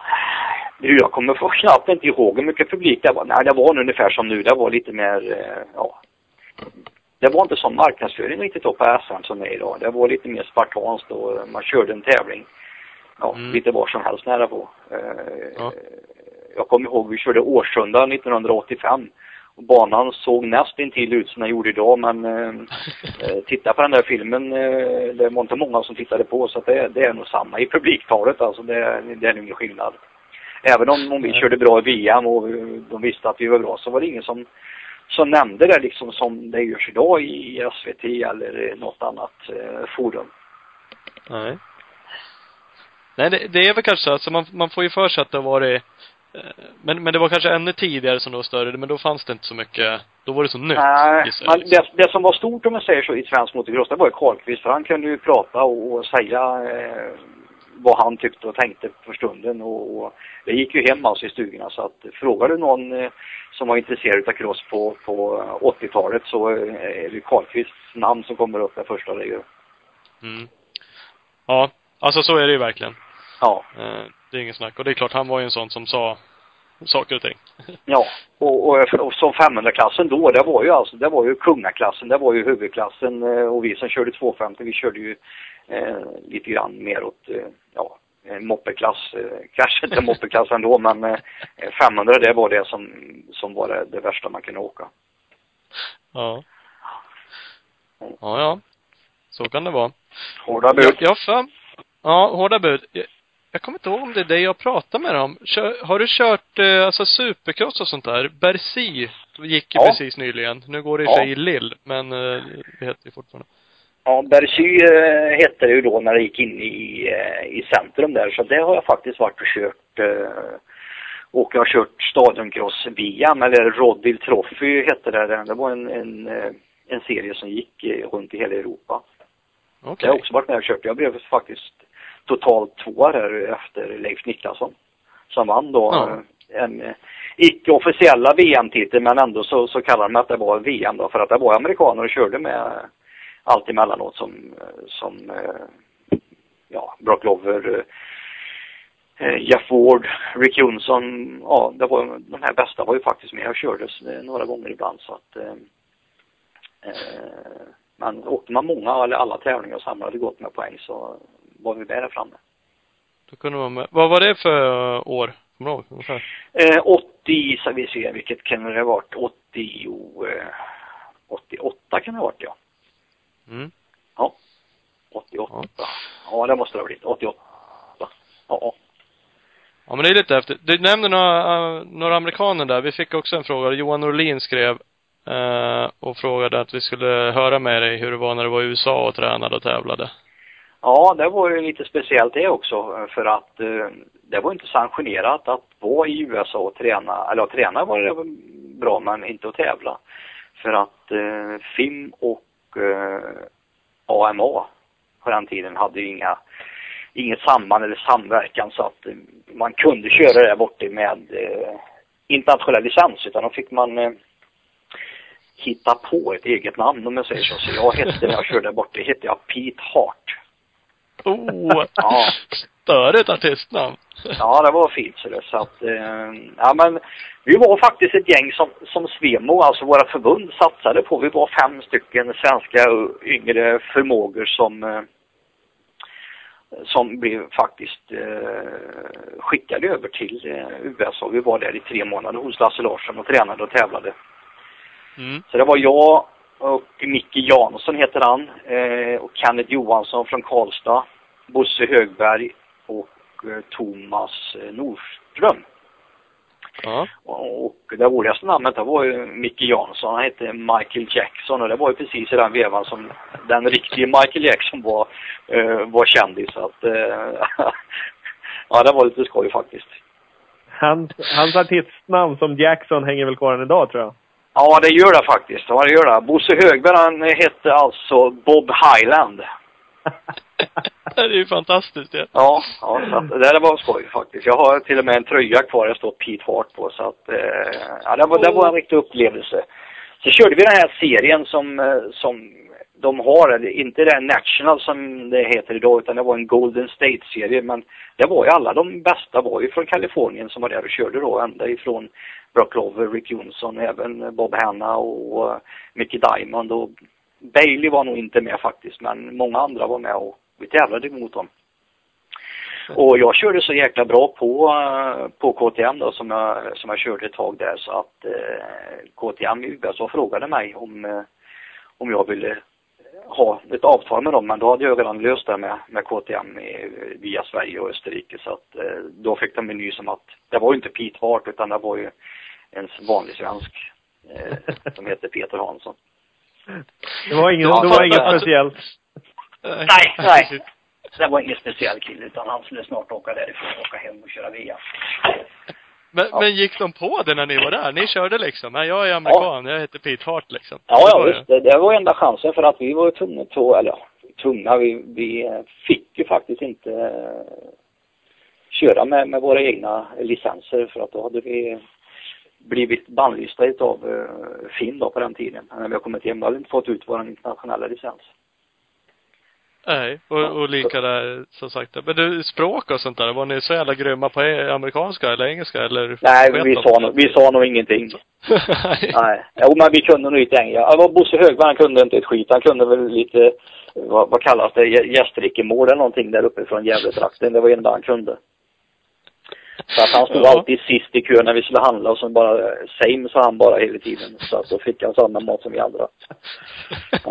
Jag kommer för knappt inte ihåg hur mycket publik det var. Nej, det var ungefär som nu. Det var lite mer, ja. Det var inte sån marknadsföring riktigt då på S M som är idag. Det var lite mer spartanskt och man körde en tävling. Ja, mm. lite var som helst nära på. Ja. Jag kommer ihåg vi körde Årsunda nittonhundraåttiofem. Banan såg nästan till ut som den gjorde idag, men eh, titta på den där filmen, eh, det var inte många som tittade på, så att det, det är nog samma i publiktalet, alltså det, det är ingen skillnad. Även om, om vi körde bra i V M och de visste att vi var bra, så var det ingen som, som nämnde det liksom som det görs idag i S V T eller något annat eh, forum. Nej. Nej, det, det är väl kanske så, alltså man, man får ju för sig att det var det. Men, men det var kanske ännu tidigare som det var större, men då fanns det inte så mycket, då var det så nytt. Nej, men det, det som var stort om man säger så i svensk motocross, det var ju Karlqvist, för han kunde ju prata och, och säga eh, vad han tyckte och tänkte för stunden och, och det gick ju hem alltså i stugorna, så att frågar du någon eh, som var intresserad av cross på, på åttiotalet så eh, är det Karlqvists namn som kommer upp där första det gör. Mm. Ja, alltså så är det ju verkligen. Ja. Eh, det är ingen snack. Och det är klart, han var ju en sån som sa saker och ting. Ja, och, och, och som femhundraklassen då, det var ju alltså, det var ju kungaklassen, det var ju huvudklassen och vi som körde tvåhundrafemtio, vi körde ju eh, lite grann mer åt, eh, ja, moppeklass, eh, kanske inte moppeklass ändå, men eh, femhundra det var det som, som var det, det värsta man kunde åka. Ja. Ja, ja. Så kan det vara. Hårda bud. Ja, ja, fan. Ja, hårda bud. Jag, jag kommer inte ihåg om det är det jag pratar med om. Kör, har du kört eh, alltså supercross och sånt där? Bercy gick ju ja. precis nyligen. Nu går det i ja. sig i Lill, men eh, det heter ju fortfarande. Ja, Bercy eh, hette det ju då när det gick in i, eh, i centrum där. Så det har jag faktiskt varit och kört. Eh, och jag har kört stadioncross V M, eller Roddill Trophy hette det. Det var en, en, en serie som gick runt i hela Europa. Okay. Jag har också varit med och kört. Jag blev faktiskt totalt två här efter Leif Niklasson. Som vann då ja. en icke-officiella V M-titel, men ändå så, så kallar de att det var V M då, för att det var amerikaner och körde med allt emellanåt som, som ja, Brock Lover, Jeff Ward, Rick Johnson, ja, det var, de här bästa var ju faktiskt med och kördes några gånger ibland, så att eh, men åkte man många eller alla tävlingar och samlade gott med poäng så var vi där framme. Då kunde man med. Vad var det för år? Kommer du ihåg? Eh, åttio, så vi ser vilket kan det ha varit, åttio, eh, åttioåtta kan det ha varit, ja. Mm. Ja, åttioåtta. Ja. ja, det måste det ha blivit, åttioåtta. Ja. Ja, men det är lite efter. Du nämnde några, några amerikaner där. Vi fick också en fråga. Johan Norlin skrev eh, och frågade att vi skulle höra med dig hur det var när du var i U S A och tränade och tävlade. Ja, det var ju lite speciellt det också, för att eh, det var inte sanktionerat att vara i U S A och träna, eller att träna var det bra, men inte att tävla. För att eh, F I M och eh, A M A på den tiden hade ju inga inget samband eller samverkan, så att eh, man kunde köra där borta med eh, internationell licens, utan då fick man eh, hitta på ett eget namn, om jag säger så. Så jag hette, när jag körde där borta, hette jag Pete Hart. Oh, ja. Störigt artistnamn. Ja, det var fint så det. Så att, eh, ja, men vi var faktiskt ett gäng som, som Svemo, alltså våra förbund, satsade på. Vi var fem stycken svenska yngre förmågor som eh, som blev faktiskt eh, skickade över till eh, U S A. Vi var där i tre månader hos Lasse Larsson och tränade och tävlade. Mm. Så det var jag och Micke Jansson heter han, eh, och Kenneth Johansson från Karlstad, Bosse Högberg och eh, Thomas Nordström. Ja. Och, och det roligaste namnet det var ju Micke Jansson. Han hette Michael Jackson, och det var ju precis i den vevan som den riktiga Michael Jackson var, eh, var kändis. Så att, eh, ja, det var lite skoj faktiskt. Hans, hans artistnamn som Jackson hänger väl kvar än idag, tror jag. Ja, det gör det faktiskt. Ja, det gör det. Bosse Högberg, han hette alltså Bob Highland. Det är ju fantastiskt det. Ja, ja, så att, det var skoj faktiskt. Jag har till och med en tröja kvar, jag står Pete Hart på. Så att, eh, ja, det var, det var en riktig upplevelse. Så körde vi den här serien som, som de har, eller inte den National som det heter idag, utan det var en Golden State-serie. Men det var ju alla de bästa var ju från Kalifornien som var där och körde då, ända ifrån Brock Lover, Rick Johnson, även Bob Hanna och uh, Mickey Diamond, och Bailey var nog inte med faktiskt, men många andra var med och vi tävlade mot dem. Och jag körde så jäkla bra på, uh, på K T M då, som jag, som jag körde ett tag där, så att uh, K T M i U S A frågade mig om, uh, om jag ville ha ett avtal med dem, men då hade jag redan löst det med, med K T M i, via Sverige och Österrike, så att uh, då fick de en ny som att det var ju inte Pete Hart, utan det var ju en vanlig svensk uh, som heter Peter Hansson. Det var, ingen, Ja, det var inget alltså, speciellt. Nej, nej. Det var ingen speciell kille, utan han skulle snart åka därifrån och åka hem och köra V M. Men, Ja. men gick de på det när ni var där? Ni körde liksom. Nej, jag är amerikan, ja. Jag heter Pete Hart liksom. Ja, det ja var visst. Det, det var enda chansen, för att vi var tvungna att, eller ja, tvungna, vi, vi fick ju faktiskt inte uh, köra med, med våra egna licenser, för att då hade vi blivit bannlysta av uh, F I M då på den tiden. När vi har kommit hem, då hade vi inte fått ut vår internationella licens. Nej, och, och lika där som sagt. Men du, språk och sånt där, var ni så jävla grymma på amerikanska eller engelska? Eller Nej, vi sa, no, vi sa nog ingenting. Nej. Nej, jo, men vi kunde nog inte engelska. Ja, Bosse Högberg, han kunde inte ett skit. Han kunde väl lite, vad, vad kallas det, gästrikemål eller någonting där uppe från Gävletrakten. Det var enda han kunde. Så att han stod ja. alltid sist i kön när vi skulle handla, och så bara, same sa han bara hela tiden. Så att då fick han samma mat som vi andra. Ja.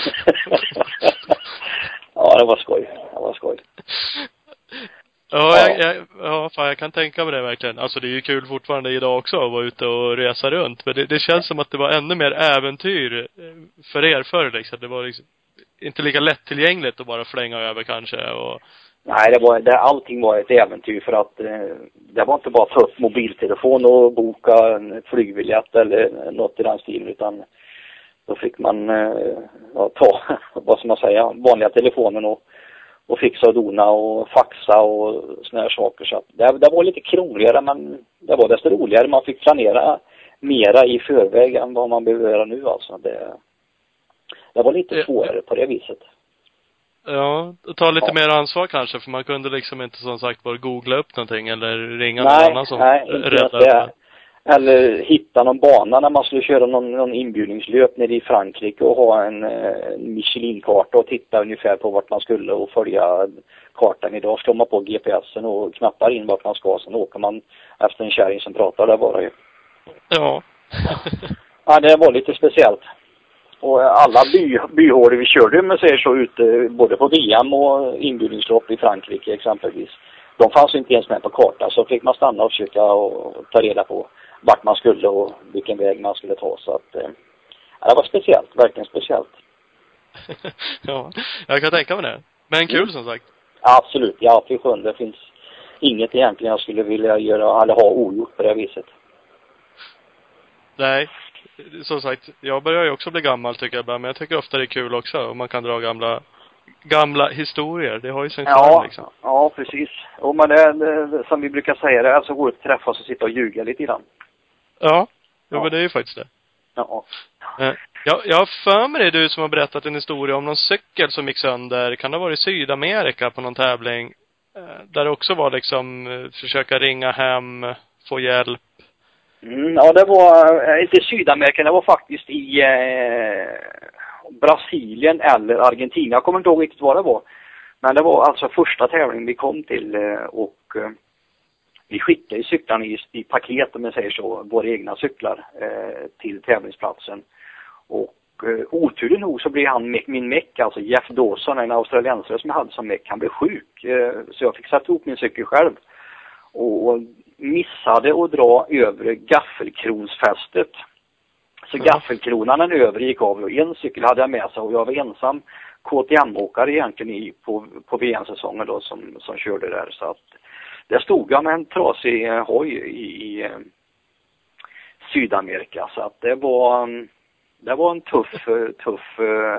Ja, det var skoj. Det var skoj. Ja, jag, jag, ja fan, jag kan tänka mig det verkligen. Alltså det är ju kul fortfarande idag också att vara ute och resa runt. Men det, det känns som att det var ännu mer äventyr för er förr liksom. Det var liksom inte lika lättillgängligt att bara flänga över kanske. Och... Nej, det var, det, allting var ett äventyr, för att eh, det var inte bara att ta upp mobiltelefon och boka en flygbiljett eller något i den stilen, utan då fick man eh, ja, ta, vad ska man säga, vanliga telefonen och, och fixa och dona och faxa och såna här saker. Så att det, det var lite krångligare, men det var desto roligare. Man fick planera mera i förväg än vad man behöver göra nu. Alltså. Det, det var lite svårare på det viset. Ja, ta lite ja. mer ansvar kanske, för man kunde liksom inte som sagt bara googla upp någonting eller ringa nej, någon annan som nej, räddade. Eller hitta någon bana när man skulle köra någon, någon inbjudningslöp nere i Frankrike och ha en, en Michelin-karta och titta ungefär på vart man skulle och följa kartan. Idag slår man på G P S'en och knappar in vart man ska, sen åker man efter en kärring som pratar där bara ju. Ja. Ja, det var lite speciellt. Och alla by, byhåror vi körde med sig så ute, både på V M och inbjudningslopp i Frankrike exempelvis. De fanns inte ens med på kartan, så fick man stanna och försöka och ta reda på vart man skulle och vilken väg man skulle ta. Så att, eh, det var speciellt, verkligen speciellt. Ja, jag kan tänka mig det. Men kul mm. som sagt. Absolut, ja, för sjön. Det finns inget egentligen jag skulle vilja göra eller ha ogjort på det viset. Nej, som sagt, jag börjar ju också bli gammal tycker jag, men jag tycker ofta det är kul också om man kan dra gamla gamla historier. Det har ju sin ja, charm liksom. Ja, precis. Och men det, det, som vi brukar säga, det är alltså gå ut och träffas och sitta och ljuga lite grann. Ja, ja, men det är ju faktiskt det. Ja. Jag, jag har för mig det, du som har berättat en historia om någon cykel som gick sönder. Kan det ha varit i Sydamerika på någon tävling? Där det också var liksom försöka ringa hem, få hjälp. Mm, ja, det var inte Sydamerika, det var faktiskt i eh, Brasilien eller Argentina. Jag kommer inte ihåg riktigt vad det var. Men det var alltså första tävlingen vi kom till eh, och eh, vi skickade cyklarna i, i paket, om jag säger så, våra egna cyklar eh, till tävlingsplatsen. Och eh, oturligt nog så blev han, min meck, alltså Jeff Dawson, en australiensare som jag hade som meck, han blev sjuk. Eh, så jag fick sätta ihop min cykel själv. Och missade att dra över gaffelkronsfästet. Så gaffelkronan den övre gick av och en cykel hade jag med sig och jag var ensam K T M-åkare egentligen i, på, på V M-säsongen då som, som körde där. Så att där stod jag med en trasig hoj i, i Sydamerika. Så att det var, det var en tuff, tuff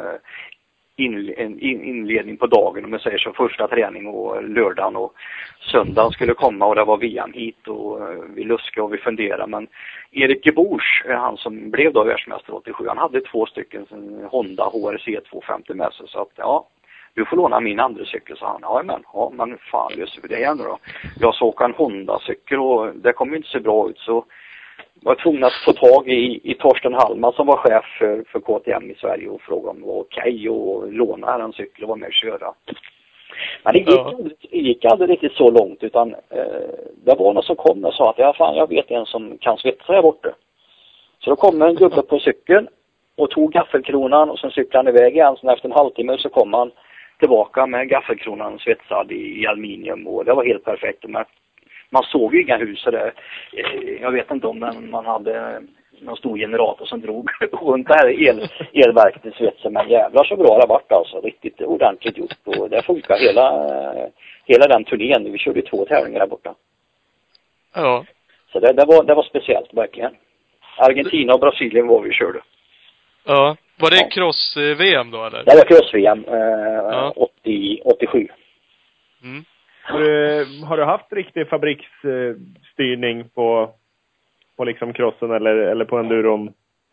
in, en inledning på dagen, om jag säger så, första träning och lördagen och söndagen skulle komma och det var V M hit och vi luskade och vi funderade. Men Erik Gebors, han som blev då världsmästare åttiosju, han hade två stycken Honda H R C tvåhundrafemtio med sig. Så att ja, du får låna min andra cykel, sa han. Ja men, ja, men fan löser vi det igen då. Jag såg en Honda-cykel och det kom inte så bra ut, så var tvungen att få tag i, i Torsten Hallman som var chef för, för K T M i Sverige och fråga om det var okej och låna en cykel och vara med och köra. Men det gick, ja. det gick aldrig riktigt så långt, utan eh, det var någon som kom och sa att ja, fan, jag vet en som kan svetsa här borta. Så då kom en gubbe på cykeln och tog gaffelkronan och sen cyklade han iväg igen. Så efter en halvtimme så kom han tillbaka med gaffelkronan svetsad i, i aluminium och det var helt perfekt. Men man såg ju inga hus där. Jag vet inte om den, man hade någon stor generator som drog runt det här el, elverket i svetsen. Men jävlar så bra det varit alltså. Riktigt ordentligt gjort. Och det funkar hela, hela den turnén. Vi körde två tävlingar där borta. Ja. Så det, det, var, det var speciellt verkligen. Argentina och Brasilien var vi körde. Ja. Var det ja. cross-V M då eller? Det var cross-V M eh, ja. åttio, åttiosju. Mm. Har du, har du haft riktig fabriksstyrning på, på liksom crossen eller, eller på enduron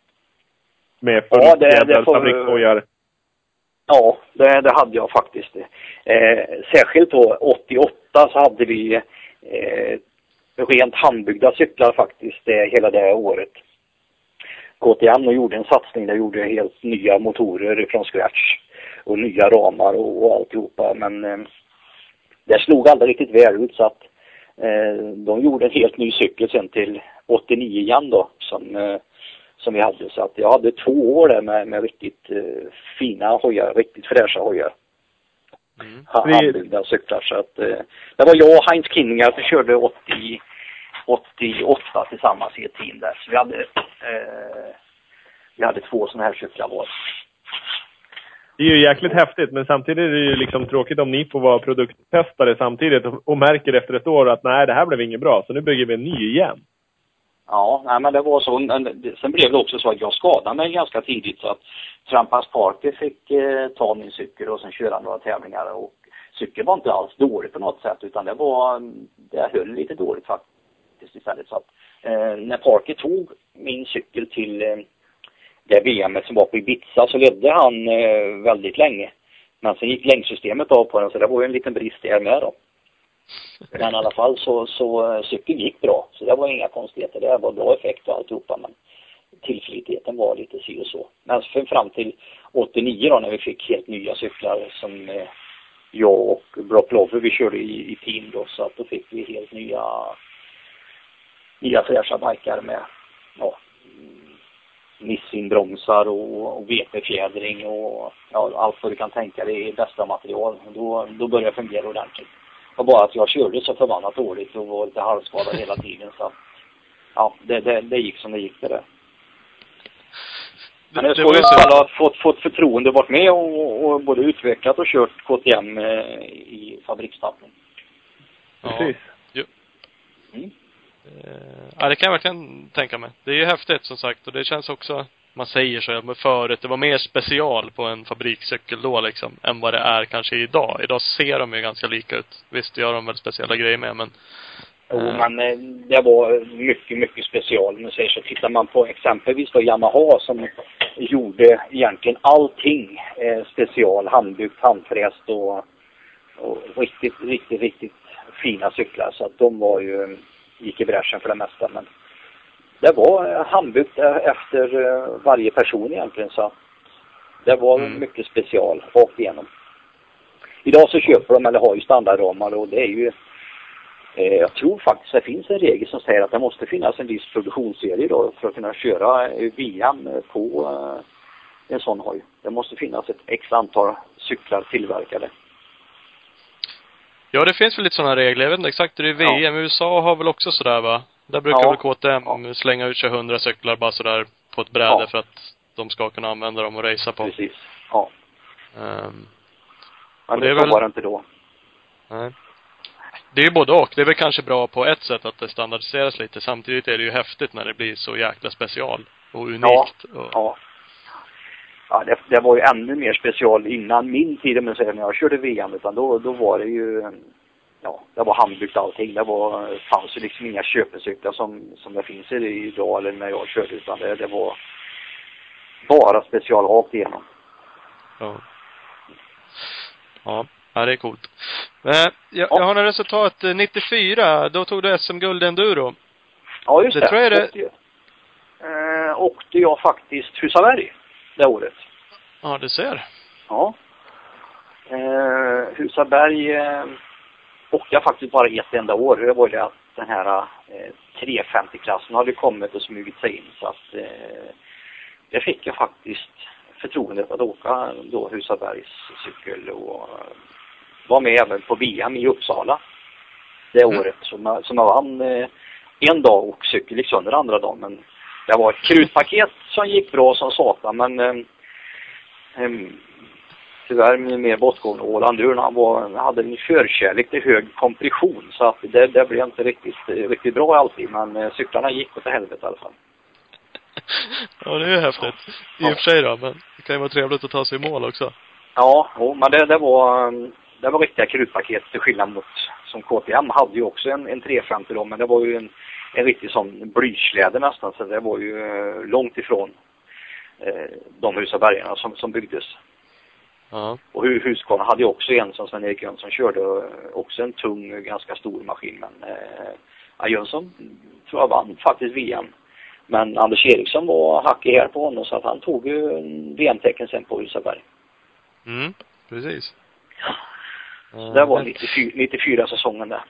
med ja, det, det får, fabrikshojar? Ja, det, det hade jag faktiskt. Eh, särskilt då åttioåtta så hade vi eh, rent handbyggda cyklar faktiskt eh, hela det här året. K T M och gjorde en satsning där gjorde helt nya motorer från scratch och nya ramar och, och alltihopa, men eh, det slog aldrig riktigt väl ut, så att eh, de gjorde en helt ny cykel sen till åttionio igen då som, eh, som vi hade. Så att jag hade två år där med, med riktigt eh, fina hojar, riktigt fräscha hojar. Mm. Handbyggda cyklar. Så att eh, det var jag och Heinz Kinninger som körde åttio, åttioåtta tillsammans i ett team där. Så vi hade, eh, vi hade två sådana här cyklar var. Det är ju jäkligt häftigt, men samtidigt är det ju liksom tråkigt om ni får vara produkttestare samtidigt och, och märker efter ett år att nej, det här blev inget bra, så nu bygger vi en ny igen. Ja, nej, men det var så. Sen blev det också så att jag skadade mig ganska tidigt så att Trampas Parker fick eh, ta min cykel och sen köra några tävlingar. Och cykeln var inte alls dålig på något sätt utan det var, det höll lite dåligt faktiskt istället. Så att eh, när Parker tog min cykel till eh, det V M som var på Ibiza så ledde han eh, väldigt länge. Men sen gick längdsystemet av på den så det var ju en liten brist där med då. Men i alla fall så, så cykeln gick bra. Så det var inga konstigheter. Det var bra effekt och alltihopa. Men tillförlitligheten var lite si och så. Men fram till åttionio då när vi fick helt nya cyklar som eh, jag och Brock Lover vi körde i, i team då. Så att då fick vi helt nya nya fräscha bikar med ja, Nissin-bromsar och, och V P-fjädring och ja, allt vad du kan tänka dig är bästa material. Då, då började det fungera ordentligt. Och bara att jag körde så förbannat dåligt och var lite halvskadad hela tiden så att, ja, det, det, det gick som det gick det där. Men jag skulle ju alla fått, fått förtroende varit med och, och både utvecklat och kört K T M eh, i fabrikstappning. Ja, precis. Jo. Mm. Eh, ja, det kan jag verkligen tänka mig. Det är ju häftigt som sagt och det känns också, man säger så med förut, det var mer special på en fabrikscykel då liksom, än vad det är kanske idag. Idag ser de ju ganska lika ut. Visst gör de väl speciella grejer med, men Jo, eh. men det var mycket, mycket special. Men säger så, tittar man på exempelvis då Yamaha som gjorde egentligen allting eh, special, handbyggt, handfräst och, och riktigt, riktigt, riktigt fina cyklar. Så att de var ju, gick i bräschen för det mesta, men det var handbyggt efter varje person egentligen så det var mm. mycket special rakt igenom. Idag så köper de eller har ju standardramar och det är ju eh, jag tror faktiskt det finns en regel som säger att det måste finnas en viss produktionsserie då för att kunna köra V M på eh, en sån hoj. Det måste finnas ett x antal cyklar tillverkade. Ja, det finns väl lite sådana regler. Jag vet inte exakt hur det är V M. Ja. U S A har väl också sådär va? Där brukar ja. väl K T M ja. slänga ut sig hundra cyklar bara sådär på ett bräde ja. för att de ska kunna använda dem och racea på. Precis, ja. Um, Men det, det väl... var det inte då. Nej. Det är ju både och. Det är väl kanske bra på ett sätt att det standardiseras lite. Samtidigt är det ju häftigt när det blir så jäkla special och unikt. Ja, och... ja. Ja, det, det var ju ännu mer special innan min tid med sig när jag körde V M. Utan då, då var det ju... Ja, det var handbyggt allting. Det var, fanns ju liksom inga köpecyklar som, som det finns idag eller när jag körde. Utan det, det var bara special rakt igenom. Ja. Ja, det är coolt. Men jag, ja. jag har en resultat. nittiofyra, då tog du S M-guld enduro. Ja, just det. Det tror jag det... Åkte, eh, åkte jag faktiskt Husaberg det året. Ja, du ser. Ja. Eh, Husaberg... Eh, Och jag faktiskt bara ett enda år. Det var det att den här eh, trehundrafemtio-klassen hade kommit och smugit sig in. Så att eh, det fick jag faktiskt förtroendet att åka då Husabergs cykel och eh, var med även på V M i Uppsala det mm. året. Som jag, som jag vann eh, en dag och cykel gick sönder andra dagen. Men det var ett krutpaket som gick bra som satan. Men eh, eh, tyvärr med mer bortgående Ålandur. Han, var, han hade en förkärlek till hög kompression så att det, det blev inte riktigt, riktigt bra alltid. Men eh, cyklarna gick åt helvete i alla fall. Ja, det är ju häftigt. I och för sig då, men det kan ju vara trevligt att ta sig i mål också. Ja, ja men det, det var det var riktiga krutpaket till skillnad mot som K T M hade ju också en, en trehundrafemtio då, men det var ju en, en riktig sån blysläde nästan så det var ju eh, långt ifrån eh, de Husabergarna som, som byggdes. Ja. Och Husqvarna hade ju också en som Sven-Erik Jönsson körde, också en tung, ganska stor maskin. Men eh, Jönsson tror jag vann faktiskt V M. Men Anders Eriksson var hackig här på honom så att han tog ju V M-tecken sen på Husaberg. Mm, precis. Så det var nittiofyra, nittiofyra säsongen där.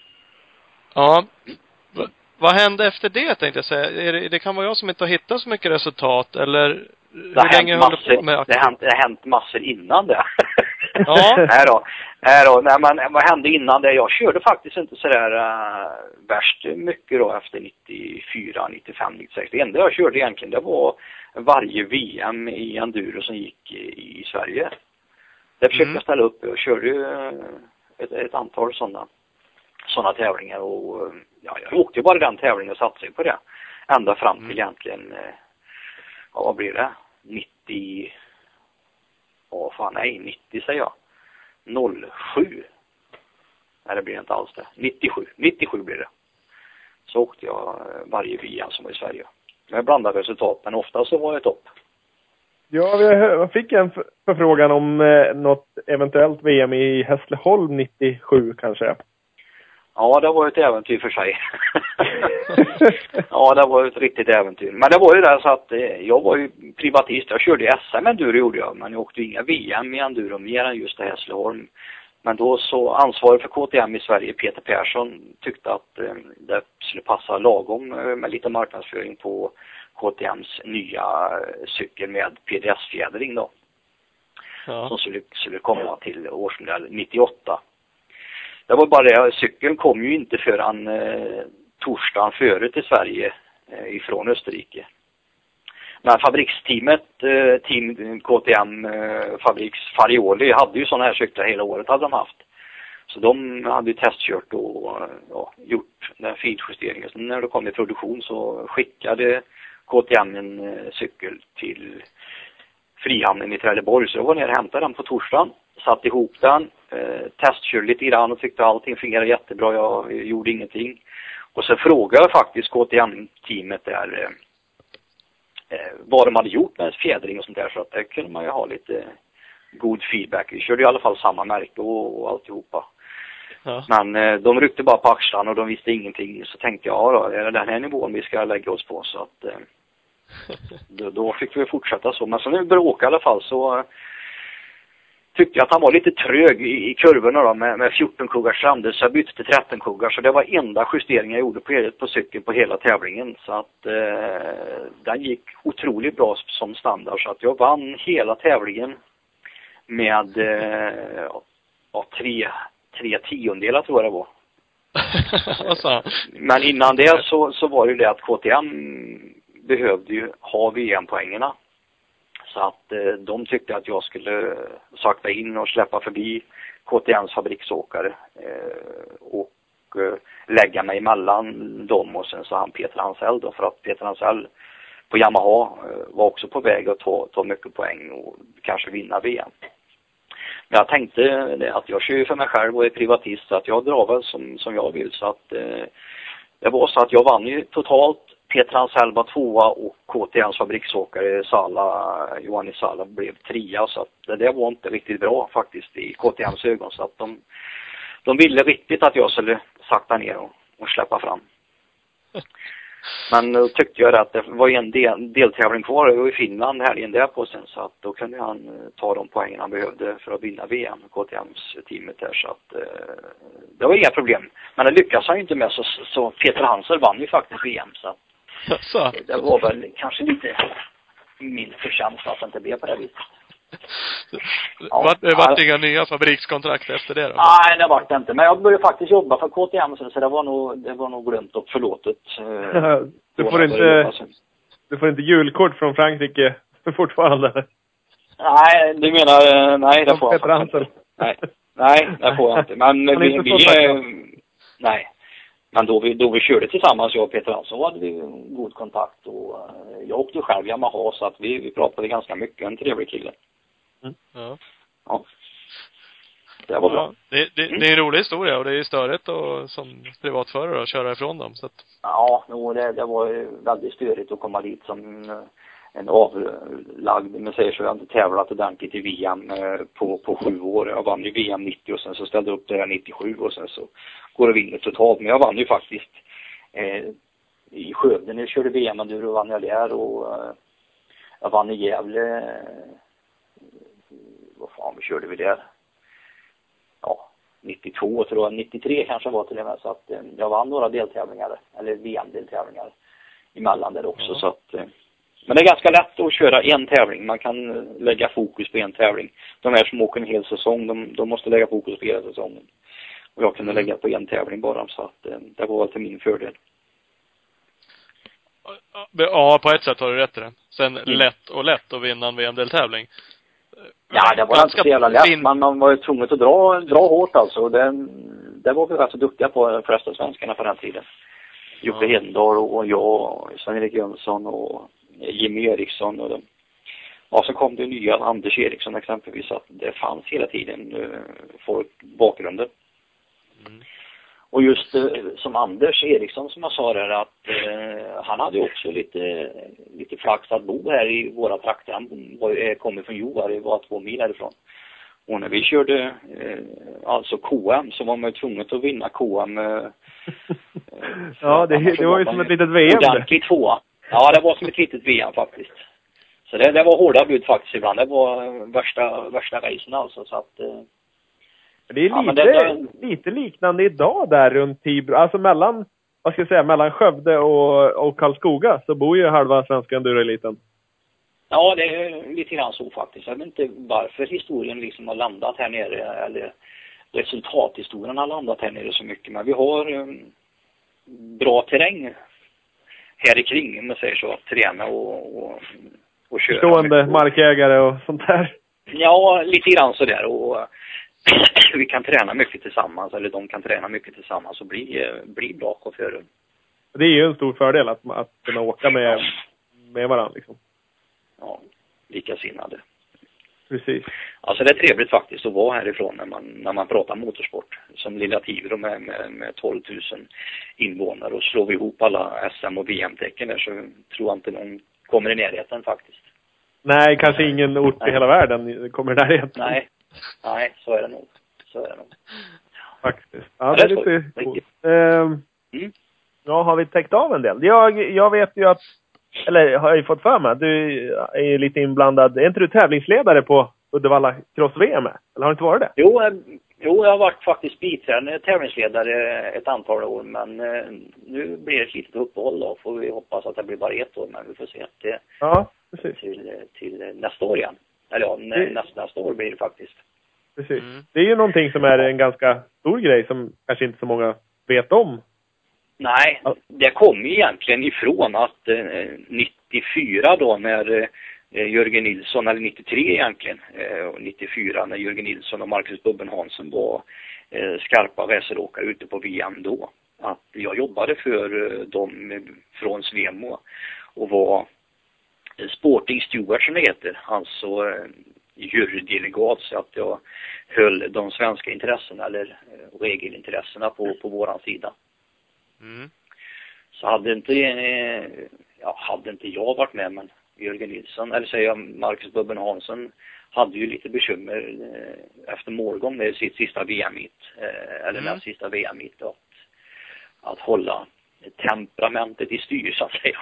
Ja. V- vad hände efter det tänkte jag säga? Är det, det kan vara jag som inte har hittat så mycket resultat eller... Det har, hänt massor, med det, har hänt, det har hänt massor innan det. Ja. Nej då. Nej då. Nej, men vad hände innan det? Jag körde faktiskt inte sådär uh, värst mycket då efter nittiofyra, nittiofem, nittiosex. Det enda jag körde egentligen det var varje V M i enduro som gick i, i Sverige. Där försökte mm. jag ställa upp och körde uh, ett, ett antal sådana sådana tävlingar och uh, ja, jag åkte bara den tävlingen och satte sig på det. ända fram till mm. egentligen, eh, ja, vad blir det? nittio, åh fan nej, nittio säger jag. noll sju. Nej, det blir inte alls det. nittiosju. nittiosju blir det. Så åkte jag varje V M som var i Sverige. Med blandade resultat, men ofta så var det topp. Ja, jag fick en förfrågan om eh, något eventuellt V M i Hässleholm nittiosju kanske. Ja, det var ett äventyr för sig. Ja, det var ett riktigt äventyr. Men det var ju det så att eh, jag var ju privatist. Jag körde S M enduro gjorde jag, men jag åkte inga V M i enduro mer än just det Hässleholm. Men då så ansvarig för K T M i Sverige, Peter Persson, tyckte att eh, det skulle passa lagom eh, med lite marknadsföring på K T M:s nya eh, cykel med P D S-fjädring då. Ja. Som skulle, skulle komma till årsmodell nittioåtta. Det var bara det, cykeln kom ju inte förrän eh, torsdagen före till Sverige eh, ifrån Österrike. Men fabriksteamet, eh, team K T M eh, Fabriks Farioli hade ju sådana här cyklar hela året hade de haft. Så de hade ju testkört och ja, gjort den feedjusteringen. Så när det kom i produktion så skickade K T M en eh, cykel till Frihamnen i Trelleborg. Så jag var ner och hämtade den på torsdagen. Satt ihop den, eh, testkörde lite grann och tyckte allting fungerade jättebra. Jag gjorde ingenting. Och så frågade jag faktiskt K T M-teamet där eh, eh, vad de hade gjort med fjädring och sånt där. Så att där kunde man ju ha lite god feedback. Vi körde i alla fall samma märke och, och alltihopa. Ja. Men eh, de ryckte bara på axlarna och de visste ingenting. Så tänkte jag, ja då, är det den här nivån vi ska lägga oss på. Så att eh, då, då fick vi fortsätta så. Men så när vi började åka i alla fall så... Eh, tyckte jag att han var lite trög i, i kurvorna då, med, med fjorton kuggars framdel, så jag bytte till tretton kuggar. Så det var enda justeringen jag gjorde på, på cykeln på hela tävlingen. Så att eh, den gick otroligt bra som standard. Så att jag vann hela tävlingen med eh, ja, tre, tre tiondelar tror jag det var. Men innan det så, så var det ju det att K T M behövde ju ha V M-poängerna. Så att eh, de tyckte att jag skulle sakta in och släppa förbi K T M:s fabriksåkare eh, och eh, lägga mig emellan dem och sen så han Peter Hansell då, för att Peter Hansell på Yamaha eh, var också på väg att ta, ta mycket poäng och kanske vinna V M. Men jag tänkte det, att jag kör för mig själv och är privatist så att jag drar väl som, som jag vill så att eh, det var så att jag vann ju totalt. Peter Hansell var tvåa och K T M:s fabriksåkare Sala, Johannes Sala blev trea. Så att det där var inte riktigt bra faktiskt i K T M:s ögon. Så att de, de ville riktigt att jag skulle sakta ner och, och släppa fram. Men då tyckte jag att det var en del, deltävling kvar i Finland helgen där på sen. Så att då kunde han ta de poängen han behövde för att vinna V M, K T M:s teamet där. Så att eh, det var inga problem. Men det lyckas han ju inte med så, så Peter Hansel vann ju faktiskt V M. Så Så. Det var väl kanske lite min förtjänst att det inte blev på det viset. Ja, var det var inga nya fabrikskontrakt efter det då? Nej, det var det inte. Men jag började faktiskt jobba för K T M så det var nog, det var nog glömt och förlåtet. du, får inte, du får inte julkort från Frankrike fortfarande? Nej, du menar, nej det får jag inte. Nej, nej, det får jag inte. Men vi, vi är, nej. Men då vi, då vi körde tillsammans, jag och Peter Hansson, hade vi god kontakt. Och uh, jag åkte själv Yamaha så att vi, vi pratade ganska mycket. En trevlig kille. Mm. Ja. Ja. Det var ja, bra. Det, det, mm. det är en rolig historia och det är störigt och, som privatförare att köra ifrån dem. Så att... Ja, no, det, det var väldigt störigt att komma dit som uh, en avlagd. Men säger så jag har inte tävlat ordentligt i V M uh, på, på sju år. Jag vann ju V M nittio och sen så ställde jag upp det här nittiosju och sen så går och vinner totalt. Men jag vann ju faktiskt eh, i Skövde när jag körde V M och nu vann jag där och eh, jag vann i Gävle eh, vad fan vi körde vi där ja, nittiotvå tror jag, nittiotre kanske var till och med så att eh, jag vann några deltävlingar eller V M-deltävlingar emellan där också. Mm. Så att eh, men det är ganska lätt att köra en tävling. Man kan lägga fokus på en tävling. De här som åker en hel säsong, de, de måste lägga fokus på hela säsongen. Och jag kunde lägga på en tävling bara, så att eh, det var till min fördel. Ja, på ett sätt har du rätt i det. Sen mm. lätt och lätt att vinna en V M-deltävling. Ja, det var ganska inte så jävla lätt. Fin... Man, man var ju tvungen att dra, dra hårt alltså. Det, det var vi rätt så duktiga på de flesta svenskarna på den tiden. Jocke ja. Hedendal och jag, och Sven-Erik Jönsson och Jimmy Eriksson och de. Ja, så kom det nya Anders Eriksson exempelvis, att det fanns hela tiden uh, folk bakgrunden. Mm. Och just uh, som Anders Eriksson som jag sa där, att uh, han hade också lite, lite flax att bo här i våra trakter. Han var, kommer från Joar, det var två mil härifrån. Och när vi körde uh, alltså K M så var man ju tvungen att vinna K M. Uh, ja, det, det var ju som ett litet V M. Ordentligt tvåa. Ja, det var som ett litet V M faktiskt. Så det, det var hårda bud faktiskt ibland. Det var värsta, värsta racen alltså. Så att, eh, det är lite, ja, det, lite liknande idag där runt Tibro. Alltså mellan, vad ska jag säga, mellan Skövde och, och Karlskoga så bor ju halva svenska enduro-eliten. Ja, det är lite grann så faktiskt. Jag vet inte varför historien liksom har landat här nere. Eller resultathistorien har landat här nere så mycket. Men vi har um, bra terräng här i kring, om man säger så. Att träna och... och och köra. Stående markägare och sånt där. Ja, lite grann sådär. Och vi kan träna mycket tillsammans. Eller de kan träna mycket tillsammans och bli, bli bra chaufförer. Det är ju en stor fördel att, att kunna åka med, med varandra liksom. Ja, likasinnade. Precis. Alltså det är trevligt faktiskt att vara härifrån när man, när man pratar motorsport. Som lilla Tibro med, med, med tolv tusen invånare. Och slår vi ihop alla S M och V M-tecken där så tror jag inte någon kommer i närheten faktiskt. Nej, kanske Nej. ingen ort Nej. i hela världen kommer i närheten. Nej, Nej, så är det nog. Så är det nog. Faktiskt. Ja, ja det är lite coolt. Ehm, mm. Ja, har vi täckt av en del? Jag, jag vet ju att, eller har jag fått för mig, du är lite inblandad. Är inte du tävlingsledare på Uddevalla Cross-V M? Eller har det inte varit det? Jo, jo jag har varit faktiskt biträdande tävlingsledare ett antal år. Men nu blir det ett litet uppehåll då. Får vi hoppas att det blir bara ett år. Men vi får se att det ja, precis. Till, till nästa år igen. Eller ja, det... nästa, nästa år blir det faktiskt. Precis. Mm. Det är ju någonting som är en ganska stor grej som kanske inte så många vet om. Nej, det kom egentligen ifrån att eh, nittiofyra då när eh, Jörgen Nilsson, eller nittiotre egentligen, eh, och nittiofyra när Jörgen Nilsson och Marcus Bubben Hansen var eh, skarpa raceråkare ute på V M då. Att jag jobbade för eh, dem från Svemo och var eh, sporting steward som det heter, alltså eh, jurydelegat, så att jag höll de svenska intressena eller eh, regelintressena på, på våran sida. Mm. Så hade inte ja, hade inte jag varit med, men Jörgen Nilsson, eller säger jag Marcus Bubben Hansen, hade ju lite bekymmer eh, efter målgång med sitt sista V M-hit eh, eller mm. näst sista V M-hit att, att hålla temperamentet i styr så att säga.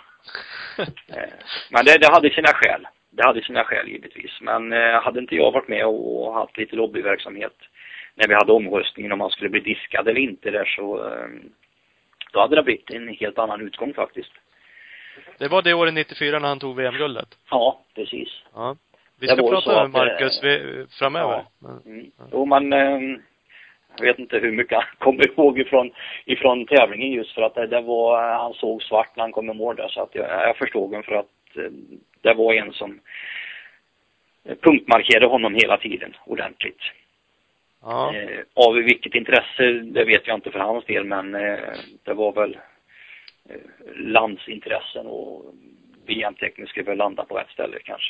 eh, men det, det hade sina skäl. Det hade sina skäl givetvis, men eh, hade inte jag varit med och haft lite lobbyverksamhet när vi hade omröstningen om man skulle bli diskad eller inte där, så eh, då hade det blivit en helt annan utgång faktiskt. Det var det året nittiofyra när han tog V M-guldet? Ja, precis. Ja. Vi ska prata med Marcus äh, framöver. Ja. Mm. Jo, men äh, jag vet inte hur mycket han kommer ihåg ifrån, ifrån tävlingen, just för att det, det var, han såg svart när han kom i mål där, så att jag, jag förstod honom, för att äh, det var en som punktmarkerade honom hela tiden ordentligt. Ja. Eh, av vilket intresse, det vet jag inte för hans del, men eh, det var väl eh, landsintressen, och V M-tekniskt skulle väl landa på ett ställe kanske.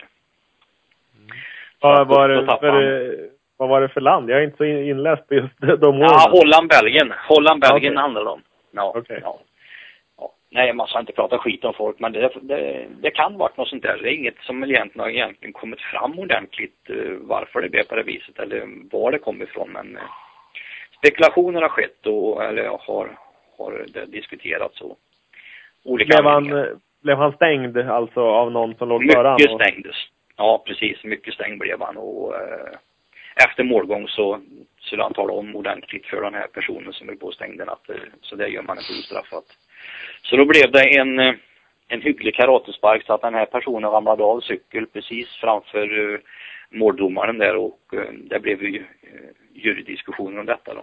Mm. Ja, var det för, vad var det för land? Jag är inte så inläst på just de åren. Ja, Holland-Belgien. Holland-Belgien okay. handlar det om. Ja, okay. ja. Ja. Nej, man ska inte prata skit om folk, men det, det, det kan vara något sånt där. Det är inget som egentligen har egentligen kommit fram ordentligt uh, varför det blev på det viset eller var det kom ifrån, men uh, spekulationer har skett och eller har, har det diskuterats och olika blev han, blev han stängd alltså av någon som låg föran? Mycket och... stängdes. Ja, precis. Mycket stängd blev han, och uh, efter målgång så skulle han tala om ordentligt för den här personen som är på stängden att uh, så det gör man inte ostraffat. Så då blev det en, en hygglig karatespark så att den här personen ramlade av cykel precis framför uh, måldomaren där, och uh, det blev ju uh, jurydiskussioner om detta då.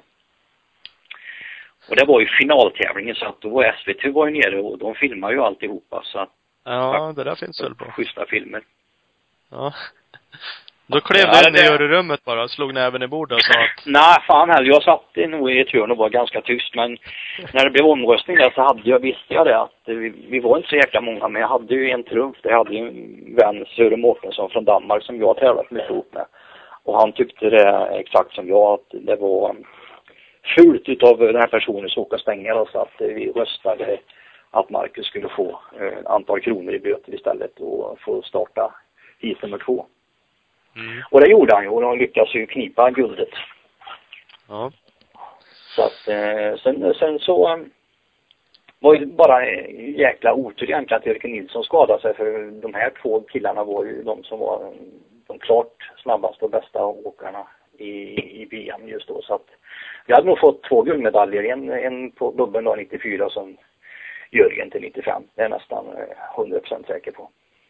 Och det var ju finaltävlingen, så att då var S V T var ju nere och de filmade ju alltihopa, så att ja, det där finns väl på schyssta filmer. Ja. Då klev ja, du in det... i juryrummet bara, slog näven i bordet och sa att... Nej, fan heller. Jag satt nog i ett hörn och var ganska tyst. Men när det blev omröstning där så hade jag, visste jag det att vi, vi var inte så jäkla många. Men jag hade ju en trumf. Jag hade ju en vän, Sören Mårtensson från Danmark, som jag har tävlat mycket ihop med. Och han tyckte det exakt som jag, att det var fult utav den här personen som åka stänga. Så att vi röstade att Marcus skulle få ett antal kronor i böter istället och få starta hit nummer två. Mm. Och det gjorde han ju, och de lyckades ju knipa guldet. Ja. Så att eh, sen, sen så um, var det bara en jäkla otur egentligen att Jörgen Nilsson skadade sig, för de här två killarna var ju de som var de klart snabbaste och bästa åkarna i, i V M just då. Så att vi hade nog fått två guldmedaljer, en, en på Bubben då nittiofyra som Jörgen till nittiofem. Det är nästan hundra procent säker på.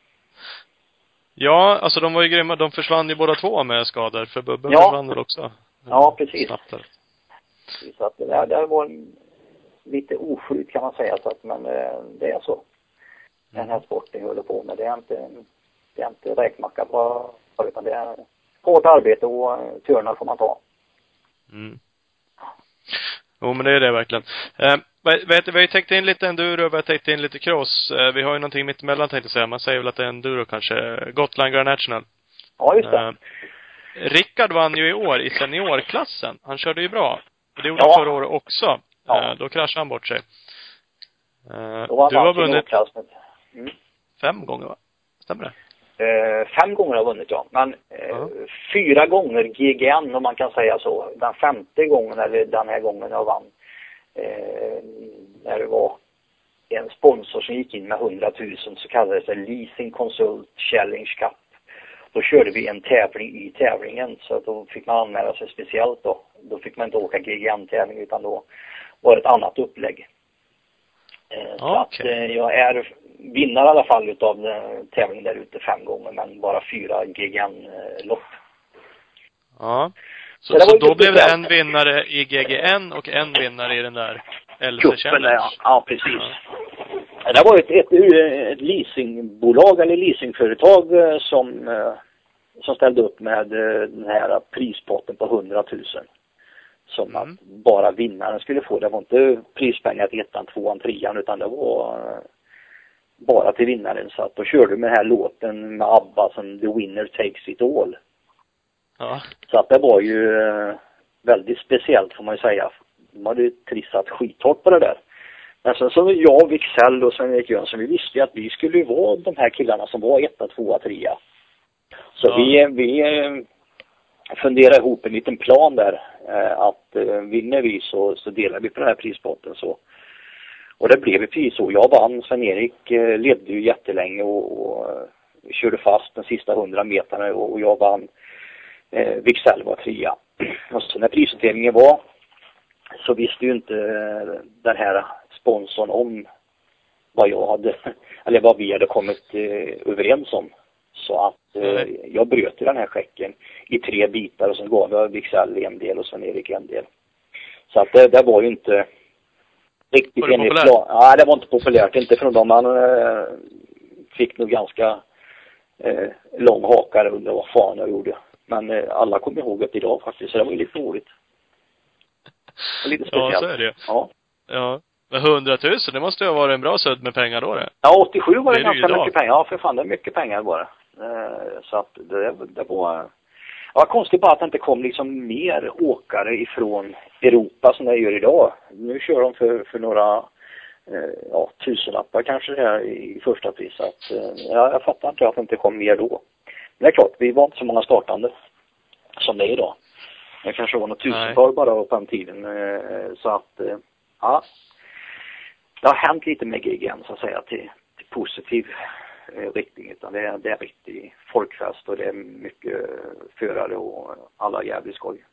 Ja, alltså de var ju grymma. De försvann ju båda två med skador. För Bubben ja. försvann väl också. Ja, precis. Så att det där, det var lite oflyt kan man säga. Så att, men det är så. Den här sporten håller på med. Det är inte, det är inte räkmacka bara, utan det är hårt arbete och törnar får man ta. Mm. Jo, men det är det verkligen. Eh, vet, vi har ju täckt in lite enduro, vi har täckt in lite cross. Eh, vi har ju någonting mitt emellan tänkte jag säga. Man säger väl att det är enduro kanske. Gotland Grand National. Ja, just det. Eh, Rickard vann ju i år i seniorklassen. Han körde ju bra. Och det gjorde ja. han förra året också. Ja. Eh, då kraschade han bort sig. Eh, då du har vunnit mm. fem gånger, va? Stämmer det? Eh, fem gånger har jag vunnit, ja. Men eh, ja. fyra gånger G G N, om man kan säga så. Den femte gången, eller den här gången jag vann. Eh, när det var en sponsor som gick in med hundratusen, så kallades det Leasing Consult Challenge Cup. Då körde vi en tävling i tävlingen, så att då fick man anmäla sig speciellt då. Då fick man inte åka G G N-tävling, utan då var det ett annat upplägg. Eh, så okay. att eh, jag är vinnare i alla fall utav eh, tävlingen där ute fem gånger, men bara fyra G G N-lopp. Ja. Så, så, så då blev det en vinnare i G G N och en vinnare i den där L C Challenge. Ja, ja, precis. Ja. Det var ett, ett, ett leasingbolag eller leasingföretag som, som ställde upp med den här prispotten på hundratusen. Som mm. att bara vinnaren skulle få. Det var inte prispengar till ettan, tvåan, trean, utan det var bara till vinnaren. Så att då körde med den här låten med ABBA som The Winner Takes It All. Ja. Så att det var ju väldigt speciellt får man ju säga. De hade ju trissat skithårt på det där. Men sen så jag, Wicksell och Sven-Erik Jönsson, vi visste ju att vi skulle ju vara de här killarna som var etta, tvåa, trea. Så ja. vi, vi funderade ihop en liten plan där. Att vinner vi så, så delar vi på den här prispotten så. Och det blev ju precis så. Jag vann, Sven-Erik ledde ju jättelänge och, och körde fast de sista hundra meterna och, och jag vann. Eh, Wicksell var trea. Och så när prisutdelningen var så visste ju inte den här sponsorn om vad jag hade, eller vad vi hade kommit eh, överens om. Så att eh, jag bröt den här checken i tre bitar och så gav jag Wicksell en del och Sven-Erik en del. Så att det, det var ju inte riktigt enligt plan. Ja, det var inte populärt. Inte från dem. Man eh, fick nog ganska eh, lång hakare under vad fan jag gjorde. Men eh, alla kommer ihåg det idag faktiskt. Så det var ju lite roligt. Lite speciellt. Ja, så är det. Ja. Ja. Men hundratusen, det måste ju ha varit en bra sudd med pengar då det. Ja, åttiosju var det, det ganska mycket pengar. Ja, för fan, det är mycket pengar bara. Eh, så att det, det var... Ja, konstigt bara att det inte kom liksom mer åkare ifrån Europa som det gör idag. Nu kör de för, för några eh, ja, tusenlappar kanske här i första pris. Så att, eh, ja, jag fattar inte att det inte kom mer då. Men det är klart, vi var inte så många startande som det är idag. Det kanske var något tusental bara på den tiden. Eh, så att, eh, ja. Det har hänt lite med G G N så att säga till, till positiv riktning, utan det är, det är riktig folkfest och det är mycket förare och alla jävligt skoj.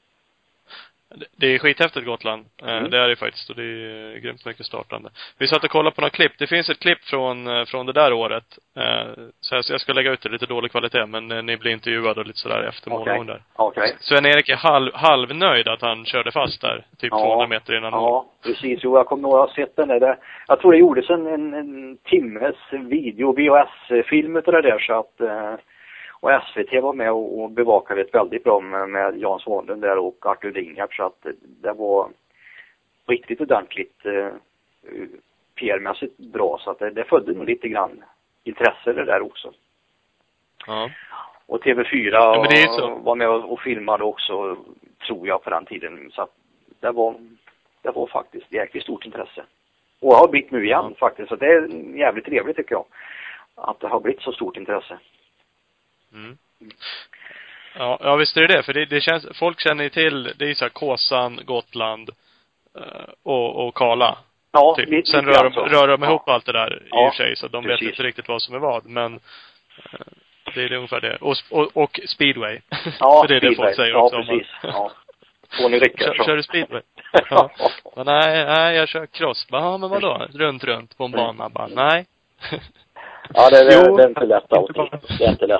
Det är skithäftigt Gotland. Mm. Det är det faktiskt och det är grymt mycket startande. Vi satt och kollade på några klipp. Det finns ett klipp från, från det där året. Så jag ska lägga ut det lite dålig kvalitet men ni blir intervjuade och lite sådär efter månaden okay. där. Okay. Sven-Erik är halv, halvnöjd att han körde fast där. Typ ja. tvåhundra meter innan. Ja, precis. Jo, jag kommer nog ha sett den där. Jag tror det gjordes en, en, en timmes video, V H S-film utav det där så att... och S V T var med och, och bevakade ett väldigt bra med, med Jan Svanlund där och Arthur Dingert, så att det var riktigt ordentligt eh, P R-mässigt bra, så att det, det födde nog lite grann intresse det där också. Ja. Och T V fyra ja, var med och, och filmade också, tror jag, på den tiden, så att det var, det var faktiskt jäkligt stort intresse. Och har blivit nu igen ja. faktiskt, så det är jävligt trevligt tycker jag att det har blivit så stort intresse. Mm. Ja, ja visst är det det, för det, det känns, folk känner ju till, det är så här Kåsan, Gotland uh, och, och Kala. Ja, typ. lite, Sen lite rör de, så. rör de ihop ja. allt det där ja, i och för sig, så de precis. vet inte riktigt vad som är vad, men uh, det är det ungefär det. Och, och, och speedway. Ja, för det är speedway. det folk säger ja, också. Precis. Ja, Tony Rickard. Kör, kör du speedway? Ja. Men nej, nej, jag kör cross. Ja, men vadå? Runt, runt på en bana. Bara, nej. Ja, det, det, det är inte lätt alltid. Det är inte lätt.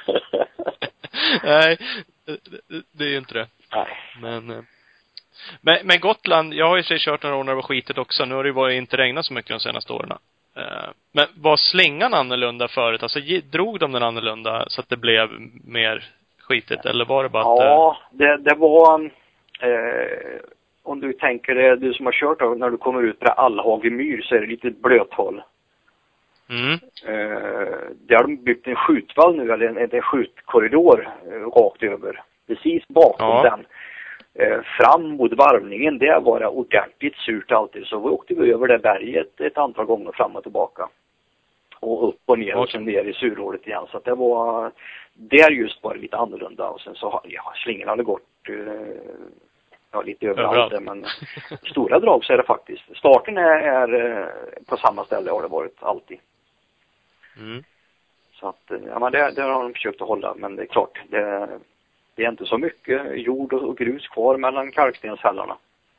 Nej, det, det är ju inte det. Nej. Men, men, men Gotland, jag har ju sig kört några år när det var skitigt också. Nu har det ju varit inte regnat så mycket de senaste åren. Men var slingan annorlunda förut? Alltså drog de den annorlunda så att det blev mer skitigt? Eller var det bara att... Ja, det, det var... Eh, om du tänker det, du som har kört då, när du kommer ut på Allhage myr så är det lite blöthåll. Mm. Eh, där har de byggt en skjutvall nu, eller en, en skjutkorridor eh, rakt över. Precis bakom ja. den. Eh, fram mot varvningen, det var det ordentligt surt alltid. Så vi åkte vi över det berget ett antal gånger fram och tillbaka. Och upp och ner och sen ner i surhålet igen. Så att det var, där just var det lite annorlunda. Och sen så, ja, slingen hade gått eh, ja, lite överallt. överallt. Men stora drag så är det faktiskt. Starten är, är på samma ställe har det varit alltid. Mm. Så att, ja men det, det har de försökt att hålla. Men det är klart, det, det är inte så mycket jord och grus kvar mellan kalkstenshällarna.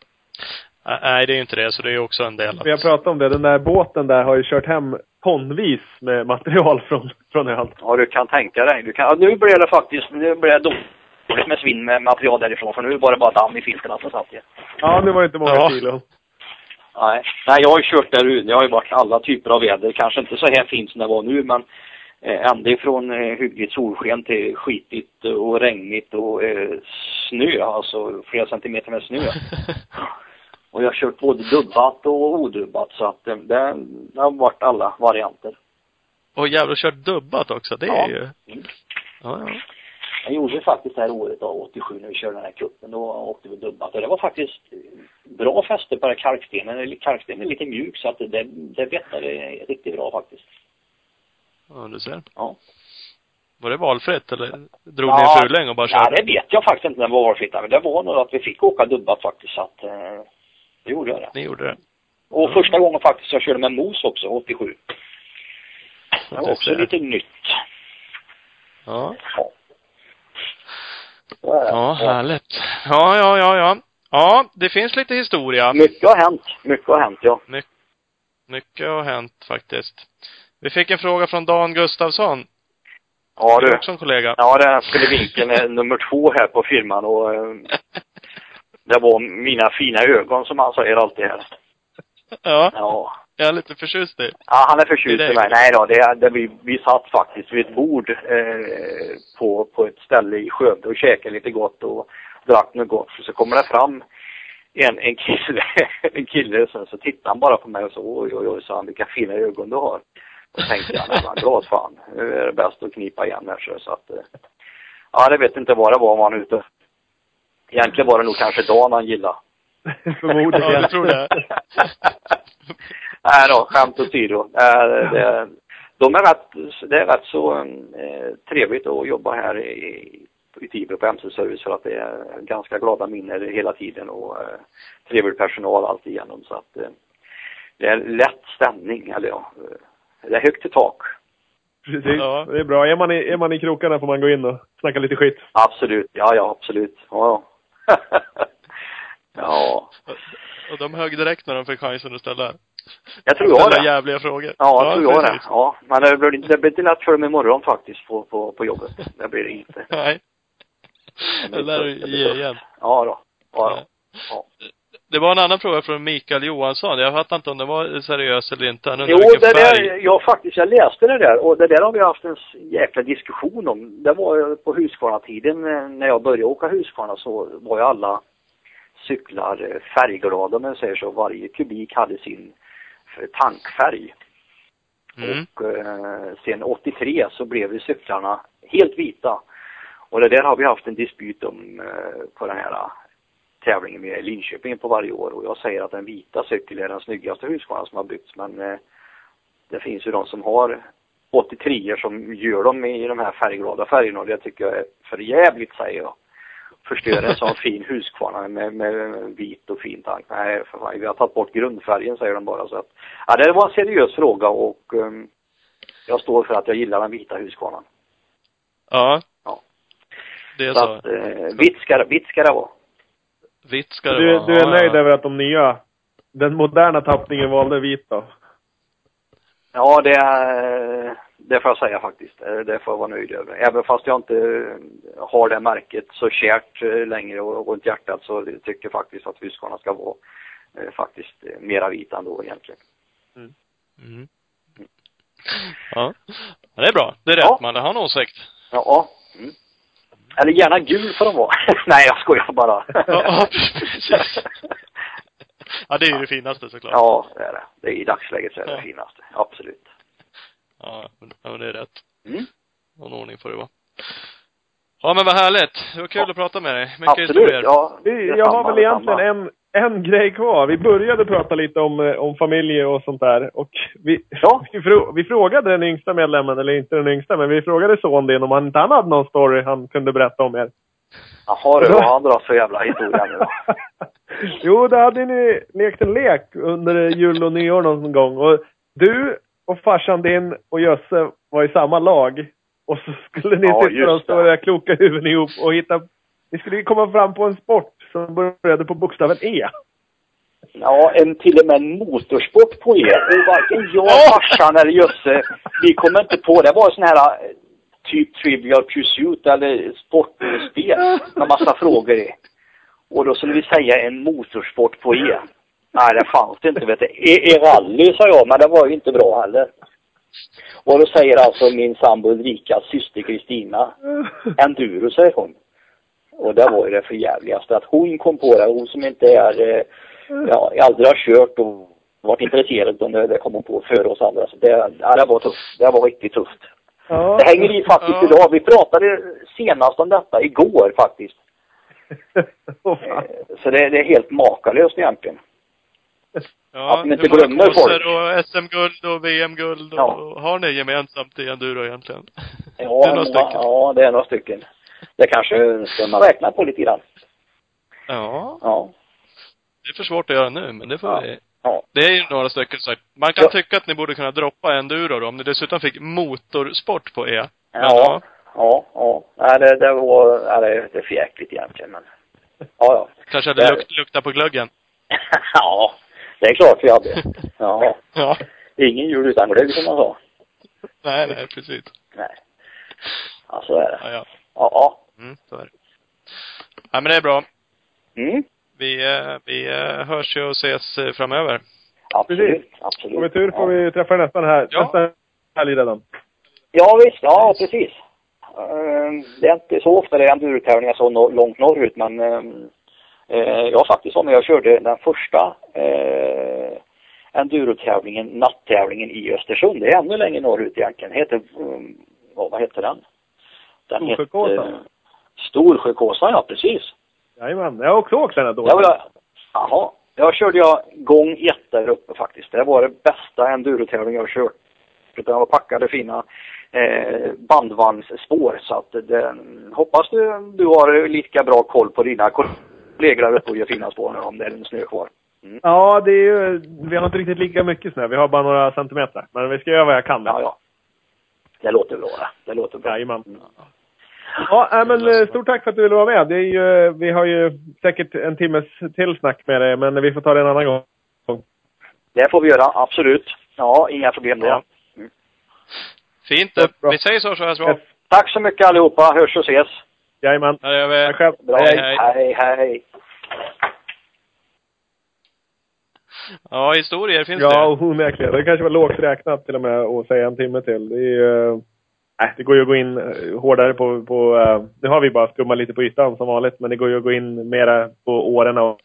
Nej, det är inte det. Så det är också en del. Vi har pratat om det. Den där båten där har ju kört hem tonvis med material från, från ön. Ja, du kan tänka dig. Du kan, ja, nu blir det faktiskt, nu blir det dåligt med svinn med material därifrån. För nu var det bara damm i filterna som satt i. Ja, nu var det inte många ja. kilo. Nej. Nej, jag har ju kört där ute. Jag har ju varit alla typer av väder. Kanske inte så här fint som det var nu, men eh, ända ifrån eh, hyggligt solsken till skitigt och regnigt och eh, snö. Alltså flera centimeter med snö. Och jag har kört både dubbat och odubbat, så att det, det har varit alla varianter. Och jävlar, kört dubbat också, det ja. är ju... Mm. Ja, ja. Jag gjorde faktiskt det här året då, åttiosju, när vi körde den här kuppen. Då åkte vi dubbat. Och det var faktiskt bra fäste på den här kalkstenen. Kalkstenen är lite mjuk, så att det, det bettade riktigt bra faktiskt. Ja, du ser. Ja. Var det valfritt eller drog ja, ni en furläng och bara körde? Ja, det vet jag faktiskt inte när det var valfritt. Men det var nog att vi fick åka dubbat faktiskt, så att... Eh, det gjorde jag det. Ni gjorde det. Och ja. första gången faktiskt jag körde med mos också, åttiosju. Det var också lite nytt. Ja. Ja. Ja, härligt. Ja, ja, ja, ja. Ja, det finns lite historia. Mycket har hänt. Mycket har hänt, ja. My- mycket har hänt faktiskt. Vi fick en fråga från Dan Gustafsson. Ja, du. Det är också en kollega. Ja, det är Televinken är nummer två här på firman och... Eh, det var mina fina ögon som han säger alltid här. Ja. Ja. Jag är lite förtjust i. Ja, han är förtjust i mig. Nej då, det, det, vi, vi satt faktiskt vid ett bord eh, på, på ett ställe i Skövde och käkade lite gott och drack något gott. Så kommer det fram en, en kille, en kille sen så tittar han bara på mig och så, oj, oj, oj, så han, vilka fina ögon du har. Och tänkte jag, nej, man glad fan. Nu är det bäst att knipa igen här. Så att, eh, ja, det vet inte vad det var om han ute. Egentligen var det nog kanske Dan han gillade. Förmodligen. Ja, jag tror det. Nej då, skämt åsido. Äh, det, de är rätt, det är rätt så eh, trevligt att jobba här i, i Tibro på M C-service, för att det är ganska glada minnen hela tiden och eh, trevlig personal allt igenom. Så att eh, det är lätt stämning, eller ja, det är högt i tak. Precis, ja. Det är bra. Är man, i, är man i krokarna får man gå in och snacka lite skit. Absolut, ja, ja, absolut. Ja, ja. Och de högg direkt när de fick chansen att ställa. Jag tror jag det. Jävliga frågor. Ja, jag tror jag det. Ja, men det blir, det blir inte lätt för dem imorgon faktiskt på, på, på jobbet. Det blir det inte. Nej. Det lär du ge igen. Ja då. Ja, då. Ja. Det var en annan fråga från Mikael Johansson. Jag fattar inte om det var seriös eller inte. Jo, det där, jag faktiskt, jag läste det där. Och det där har vi haft en jäkla diskussion om. Det var på Husqvarna-tiden. När jag började åka Husqvarna så var ju alla cyklar färgglada, om jag säger så. Varje kubik hade sin tankfärg. Mm. Och eh, sen åttiotre så blev det cyklarna helt vita. Och det där har vi haft en dispyt om eh, på den här tävlingen med Linköping på varje år. Och jag säger att den vita cykeln är den snyggaste Husqvarna som har byggts. Men eh, det finns ju de som har åttiotre som gör dem i de här färgglada färgerna. Och det tycker jag är för jävligt, säger jag. Förstör en sån fin Husqvarna med, med vit och fin tank. Nej, för fan, vi har tagit bort grundfärgen, säger de bara. Så att, ja, det var en seriös fråga och um, jag står för att jag gillar den vita Husqvarnan. Ja. Ja. Det är så. så. Att, eh, vitt, ska, vitt ska det vara. Vitt ska det du, vara. Du är ja, nöjd ja. över att de nya, den moderna tappningen valde vit då? Ja, det, det får jag säga faktiskt. Det får jag vara nöjd över. Även fast jag inte har det märket så kärt längre och runt hjärtat, så tycker jag faktiskt att Husqvarna ska vara eh, faktiskt mera vita ändå egentligen. Mm. Mm. Ja, det är bra. Det är rätt, ja. Man. Det har en åsikt. Ja. Mm. Eller gärna gul för de vara. Nej, jag skojar bara. Ja, precis. Ja, det är ju det finaste såklart. Ja, det är det. Det är i dagsläget så är det, ja. Det finaste. Absolut. Ja, men det är rätt. Mm. Någon ordning får det vara. Ja, men vad härligt. Det var kul ja. Att prata med dig. Mycket absolut, historier. Ja. Jag har väl egentligen en, en grej kvar. Vi började prata lite om, om familj och sånt där. Och vi, ja. vi, frå, vi frågade den yngsta medlemmen, eller inte den yngsta, men vi frågade son din om han inte han hade någon story han kunde berätta om er. Jaha, det var han drar så jävla historia nu då. Jo, då hade ni lekt en lek under jul och nyår någon gång. Och du och farsan din och Jösse var i samma lag. Och så skulle ni ja, sitta och stå där kloka huvuden ihop och hitta... Ni skulle komma fram på en sport som började på bokstaven E. Ja, en till och med en motorsport på E. Och varken jag, farsan eller Jösse, vi kom inte på det. Det var sån här typ Trivial Pursuit eller sportspel med massa frågor i. Och då skulle vi säga en motorsport på E. Nej, det fanns det inte, vet du. E, e rally, sa jag, men det var ju inte bra heller. Och då säger alltså min sambo Ulrikas syster Kristina enduro, säger hon. Och det var ju det förjävligaste att hon kom på det. Hon som inte är, ja, aldrig har kört och varit intresserad om det, det kom hon på för oss andra. Så det, ja, det var tufft. Det var riktigt tufft. Ja. Det hänger i faktiskt ja. Idag. Vi pratade senast om detta igår faktiskt. Oh, så det, det är helt makalöst egentligen. Ja, att man inte glömmer folk. Och S M-guld och V M-guld och ja. Har ni gemensamt i enduro egentligen? Ja, det är några stycken. Ja, det är några stycken. Det kanske ska man räkna på lite grann. Ja. Ja. Det är för svårt att göra nu, men det får ja. vi. Ja. Det är ju några stycken sagt. Man kan ja. Tycka att ni borde kunna droppa enduro då, om ni dessutom fick motorsport på er. Men, ja. Ja, ja. Nej, det, det var ja, det, det är för jäkligt egentligen, men ja, ja. Kanske hade det lukt, luktat på glöggen. Ja, det är klart vi hade. Ja. Ja. Ingen jul utan glögg, som man sa. Nej, nej, precis. Nej. Ja, så är det. Ja, ja. Ja, ja. Mm, så är det. Ja, men det är bra. Mm. Vi, vi hörs ju och ses framöver. Absolut, absolut. Om vi tur får ja. Vi träffa nästan här. Ja. Nästan helg redan. Ja, visst. Ja, precis. Det är inte så ofta det är endurotävlingar så långt norrut, men jag faktiskt var med och körde den första eh, endurotävlingen, natttävlingen i Östersund. Det är ännu längre norrut egentligen. Heter, um, vad heter den? Den Storsjökåsan. heter Storsjökåsan, ja, precis. Jajamän, jag har också åkt den här då. Ja, jaha. Jag körde jag gång ett där uppe faktiskt. Det var det bästa endurotävling jag har kört. Jag var packade fina eh, bandvagnsspår, så att det, hoppas du, du har lika bra koll på dina kollegor där uppe och gör fina spår nu, om det är en snö kvar. Mm. Ja, det är ju, vi har inte riktigt lika mycket snö. Vi har bara några centimeter. Men vi ska göra vad jag kan. Ja, ja. Det låter bra. Det låter bra. Jajamän. Mm. Ja, men stort tack för att du ville vara med. Det är ju, vi har ju säkert en timmes till snack med dig, men vi får ta det en annan gång. Det får vi göra, absolut. Ja, inga problem där. Mm. Fint. Vi säger så, så här så. Tack så mycket allihopa. Hörs och ses. Jajamän. Ja, det gör vi. Tack själv. Bra. Hej, hej. hej. hej. Ja, historier finns ja, det. Ja, onekligen. Det kanske var lågt räknat till och med att säga en timme till. Det är ju... Äh, det går ju att gå in hårdare på... på uh, nu har vi bara skummat lite på ytan som vanligt. Men det går ju att gå in mera på åren och,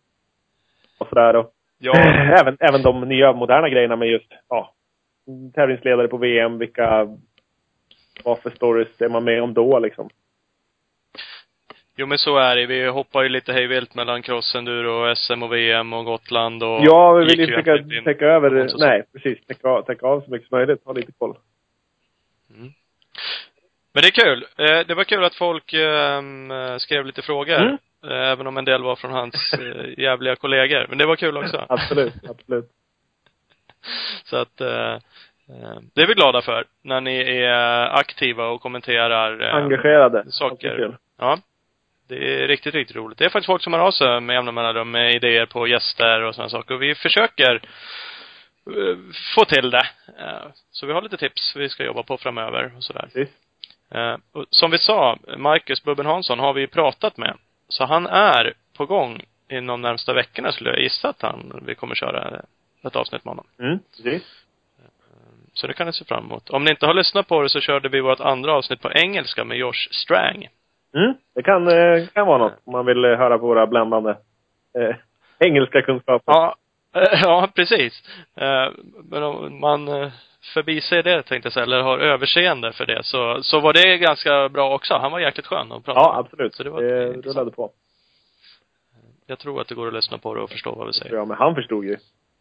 och sådär. Och, ja. även, även de nya moderna grejerna med just... Ja, tävlingsledare på V M. Vilka... Vad för stories är man med om då liksom? Jo, men så är det. Vi hoppar ju lite hejvilt mellan crossenduro och S M och V M och Gotland och... Ja, vi vill ju täcka, täcka över... Nej, precis. Täcka, täcka av så mycket som möjligt. Ha lite koll. Mm. Men det är kul. Det var kul att folk ähm, skrev lite frågor. Mm. Även om en del var från hans äh, jävliga kollegor. Men det var kul också. Absolut, absolut. Så att... Äh, det är vi glada för. När ni är aktiva och kommenterar... Äh, engagerade. Saker. Ja. Det är riktigt, riktigt roligt. Det är faktiskt folk som har av sig med jämna mellanrum med idéer på gäster och sådana saker. Och vi försöker uh, få till det. Uh, så vi har lite tips vi ska jobba på framöver och sådär. Mm. Uh, och som vi sa, Marcus Bubben Hansson har vi pratat med. Så han är på gång inom närmsta veckorna, skulle jag gissa att han, vi kommer köra ett avsnitt med honom. Mm, precis. Så det kan ni se fram emot. Om ni inte har lyssnat på det så körde vi vårt andra avsnitt på engelska med Josh Strang. Mm, det kan, eh, kan vara något om man vill eh, höra på våra blandande eh, engelska kunskaper. Ja, eh, ja precis. Eh, men om man eh, förbiser det, tänkte jag säga, eller har överseende för det, så, så var det ganska bra också. Han var jäkligt skön att prata. Ja, absolut. Så det var det rullade på. Jag tror att det går att lyssna på det och förstå vad vi säger. Ja, men han förstod ju.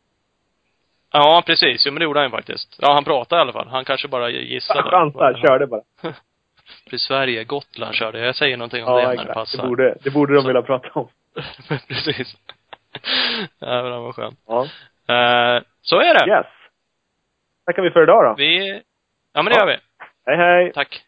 Ja, precis. Jo, men det gjorde han faktiskt. Ja, han pratade i alla fall. Han kanske bara gissade. Han chansade, körde bara. För Sverige, Gotland körde. Jag säger någonting om ja, det när exakt. det passar. Det borde, det borde de så. vilja prata om. Precis. Ja, men han var skön. Ja. Uh, så är det. Yes. Tackar vi för idag då. Vi... Ja, men det ja. gör vi. Hej, hej. Tack.